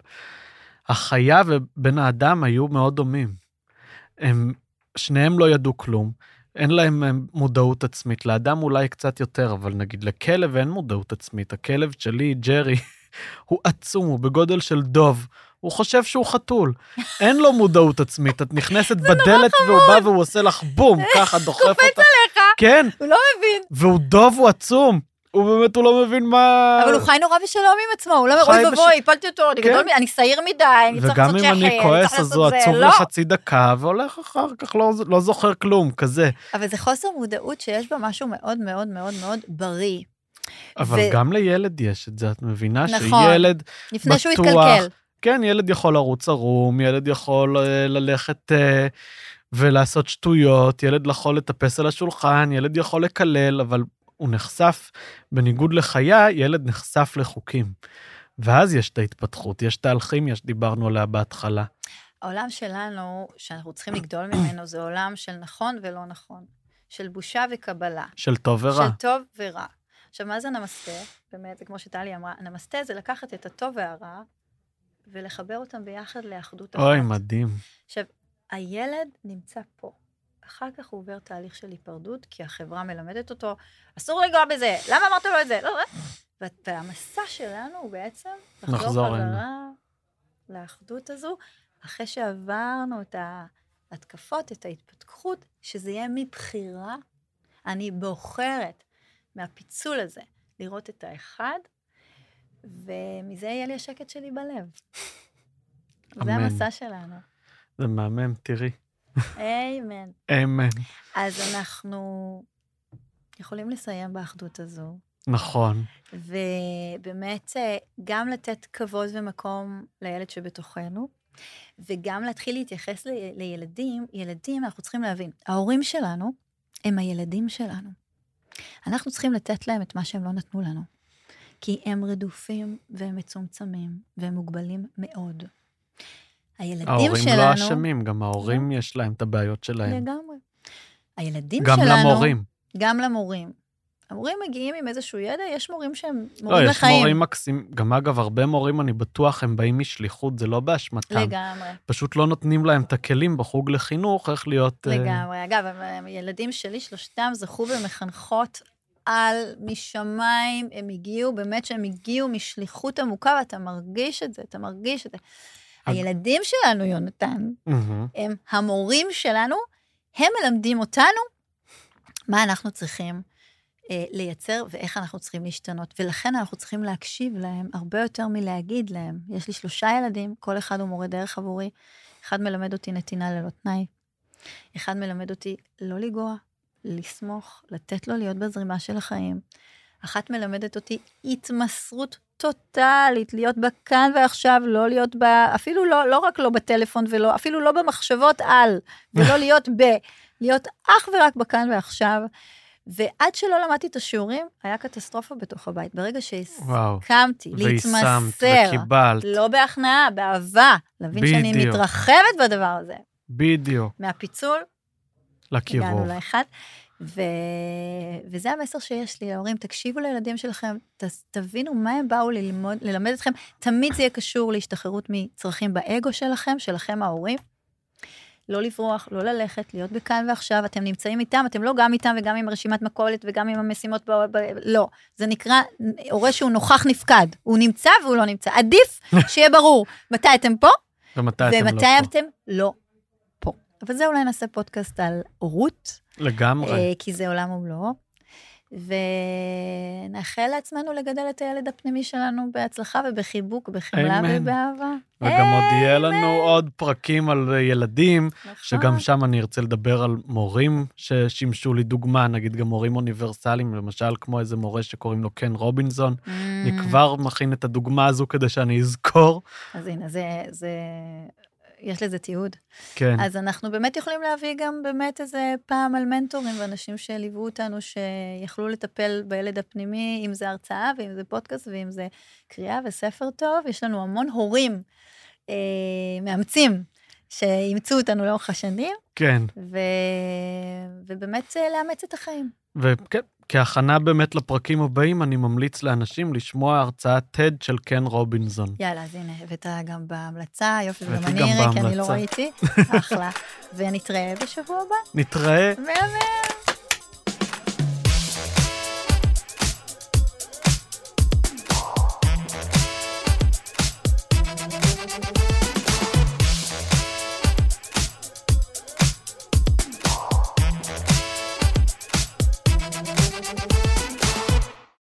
[SPEAKER 2] החיה ובין האדם היו מאוד דומים. הם, שניהם לא ידעו כלום, אין להם מודעות עצמית, לאדם אולי קצת יותר, אבל נגיד לכלב אין מודעות עצמית, הכלב שלי, ג'רי, הוא עצום, הוא בגודל של דוב, הוא חושב שהוא חתול, אין לו מודעות עצמית, את נכנסת בדלת והוא בא והוא עושה לך בום, ככה דוחף אותה.
[SPEAKER 3] קופץ עליך,
[SPEAKER 2] כן.
[SPEAKER 3] הוא לא מבין.
[SPEAKER 2] והוא דוב, הוא עצום. הוא באמת, הוא לא מבין מה...
[SPEAKER 3] אבל הוא חי נורא בשלום עם עצמו, הוא לא אומר, אוי ובוי, הפלתי אותו, אני גדול, אני שעיר מדי, אני צריך לעשות שחר,
[SPEAKER 2] וגם אם אני כועס, אז הוא עצוב לחצי דקה, והולך אחר כך, לא זוכר כלום, כזה.
[SPEAKER 3] אבל זה חוסר מודעות שיש בה משהו מאוד מאוד מאוד מאוד בריא.
[SPEAKER 2] אבל גם לילד יש את זה, את מבינה
[SPEAKER 3] נכון,
[SPEAKER 2] שילד
[SPEAKER 3] לפני שהוא יתקלקל.
[SPEAKER 2] כן, ילד יכול לרוץ ערום, ילד יכול ללכת ולעשות שטויות, ילד יכול לטפס על השולחן, ילד יכול לקלל, אבל הוא נחשף, בניגוד לחיה, ילד נחשף לחוקים. ואז יש את ההתפתחות, יש את האלכימיה שדיברנו עליה בהתחלה.
[SPEAKER 3] העולם שלנו, שאנחנו צריכים לגדול ממנו, זה עולם של נכון ולא נכון, של בושה וקבלה.
[SPEAKER 2] של טוב ורע.
[SPEAKER 3] של טוב ורע. עכשיו, מה זה נמסטה? באמת, זה כמו שטלי אמרה, נמסטה זה לקחת את הטוב והרע, ולחבר אותם ביחד לאחדות אחת.
[SPEAKER 2] אוי, מדהים.
[SPEAKER 3] עכשיו, הילד נמצא פה. אחר כך הוא עובר תהליך של היפרדות, כי החברה מלמדת אותו, אסור לגוע בזה, למה אמרת לו את זה? לא, לא. והמסע שלנו הוא בעצם לחזור חזרה לאחדות הזו, אחרי שעברנו את ההתקפות, את ההתפתחות, שזה יהיה מבחירה, אני בוחרת מהפיצול הזה, לראות את האחד, ומזה יהיה לי השקט שלי בלב. זה המסע שלנו.
[SPEAKER 2] זה מהמם, תראי.
[SPEAKER 3] אמן.
[SPEAKER 2] אמן.
[SPEAKER 3] אז אנחנו יכולים לסיים באחדות הזו.
[SPEAKER 2] נכון.
[SPEAKER 3] ובאמת גם לתת כבוד ומקום לילד שבתוכנו, וגם להתחיל להתייחס ל- לילדים. ילדים, אנחנו צריכים להבין, ההורים שלנו הם הילדים שלנו. אנחנו צריכים לתת להם את מה שהם לא נתנו לנו. כי הם רדופים והם מצומצמים והם מוגבלים מאוד. הילדים
[SPEAKER 2] ההורים
[SPEAKER 3] שלנו...
[SPEAKER 2] ההורים לא אשמים, גם ההורים יש להם את הבעיות שלהם.
[SPEAKER 3] לגמרי. הילדים
[SPEAKER 2] גם
[SPEAKER 3] שלנו...
[SPEAKER 2] גם למורים.
[SPEAKER 3] גם למורים. המורים מגיעים עם איזשהו ידע, יש מורים שהם מורים
[SPEAKER 2] לא,
[SPEAKER 3] לחיים.
[SPEAKER 2] יש מורים מקסים, גם אגב, הרבה מורים, אני בטוח, הם באים משליחות, זה לא באשמתם.
[SPEAKER 3] לגמרי.
[SPEAKER 2] פשוט לא נותנים להם את הכלים בחוג לחינוך, איך להיות...
[SPEAKER 3] לגמרי. אגב, הילדים שלי, שלושתם, זכו במחנכות על משמיים, הם הגיעו, באמת שהם הגיעו משליחות עמוקה, ואתה מרגיש את זה, אתה מרגיש את זה. הילדים שלנו, יונתן, הם המורים שלנו, הם מלמדים אותנו מה אנחנו צריכים לייצר ואיך אנחנו צריכים להשתנות, ולכן אנחנו צריכים להקשיב להם הרבה יותר מלהגיד להם. יש לי שלושה ילדים, כל אחד הוא מורה דרך עבורי, אחד מלמד אותי נתינה ללא תנאי, אחד מלמד אותי לא לגוע, לסמוך, לתת לו להיות בזרימה של החיים, אחת מלמדת אותי התמסרות טוטלית, להיות בכאן ועכשיו, לא להיות ב... אפילו לא, לא רק לא בטלפון, ולא, אפילו לא במחשבות על, ולא להיות ב... להיות אך ורק בכאן ועכשיו, ועד שלא למדתי את השיעורים, היה קטסטרופה בתוך הבית. ברגע שהסכמתי להתמסר,
[SPEAKER 2] וקיבלת.
[SPEAKER 3] לא בהכנעה, באהבה, להבין בדיוק. שאני מתרחבת בדבר הזה.
[SPEAKER 2] בדיוק.
[SPEAKER 3] מהפיצול,
[SPEAKER 2] לקירוב.
[SPEAKER 3] הגענו לאחד, ו... וזה המסר שיש לי, ההורים, תקשיבו לילדים שלכם, ת... תבינו מה הם באו ללמוד, ללמד אתכם, תמיד זה יהיה קשור להשתחררות מצרכים באגו שלכם, שלכם ההורים, לא לברוח, לא ללכת, להיות בכאן ועכשיו, אתם נמצאים איתם, אתם לא גם איתם וגם עם רשימת מכולת וגם עם המשימות, ב... ב... לא, זה נקרא הורה שהוא נוכח נפקד, הוא נמצא והוא לא נמצא, עדיף שיהיה ברור, מתי אתם פה,
[SPEAKER 2] ומתי,
[SPEAKER 3] ומתי
[SPEAKER 2] אתם,
[SPEAKER 3] אתם לא פה. אבל זה אולי נעשה פודקאסט על הורות,
[SPEAKER 2] לגמרי.
[SPEAKER 3] כי זה עולם ומלואו, ונאחל לעצמנו לגדל את הילד הפנימי שלנו בהצלחה ובחיבוק, בחמלה ובאהבה.
[SPEAKER 2] וגם עוד יהיה לנו עוד פרקים על ילדים, שגם שם אני ארצה לדבר על מורים ששימשו לי דוגמה, נגיד גם מורים אוניברסליים, למשל כמו איזה מורה שקוראים לו קן רובינזון, אני כבר מכין את הדוגמה הזו כדי שאני אזכור.
[SPEAKER 3] אז הנה, זה... יש לזה תיעוד.
[SPEAKER 2] כן.
[SPEAKER 3] אז אנחנו באמת יכולים להביא גם באמת איזה פעם על מנטורים, ואנשים שליוו אותנו, שיכלו לטפל בילד הפנימי, אם זה הרצאה, ואם זה פודקאסט, ואם זה קריאה וספר טוב. יש לנו המון הורים אה, מאמצים, שימצאו אותנו לאורך השנים.
[SPEAKER 2] כן.
[SPEAKER 3] ו... ובאמת לאמץ את החיים.
[SPEAKER 2] וכן, כהכנה באמת לפרקים הבאים, אני ממליץ לאנשים לשמוע הרצאת טד של קן רובינזון.
[SPEAKER 3] יאללה, אז הנה, הבאת גם בהמלצה, יופי, וגם אני אראה, כי אני לא ראיתי. אחלה. ונתראה בשבוע הבא.
[SPEAKER 2] נתראה.
[SPEAKER 3] מהמם.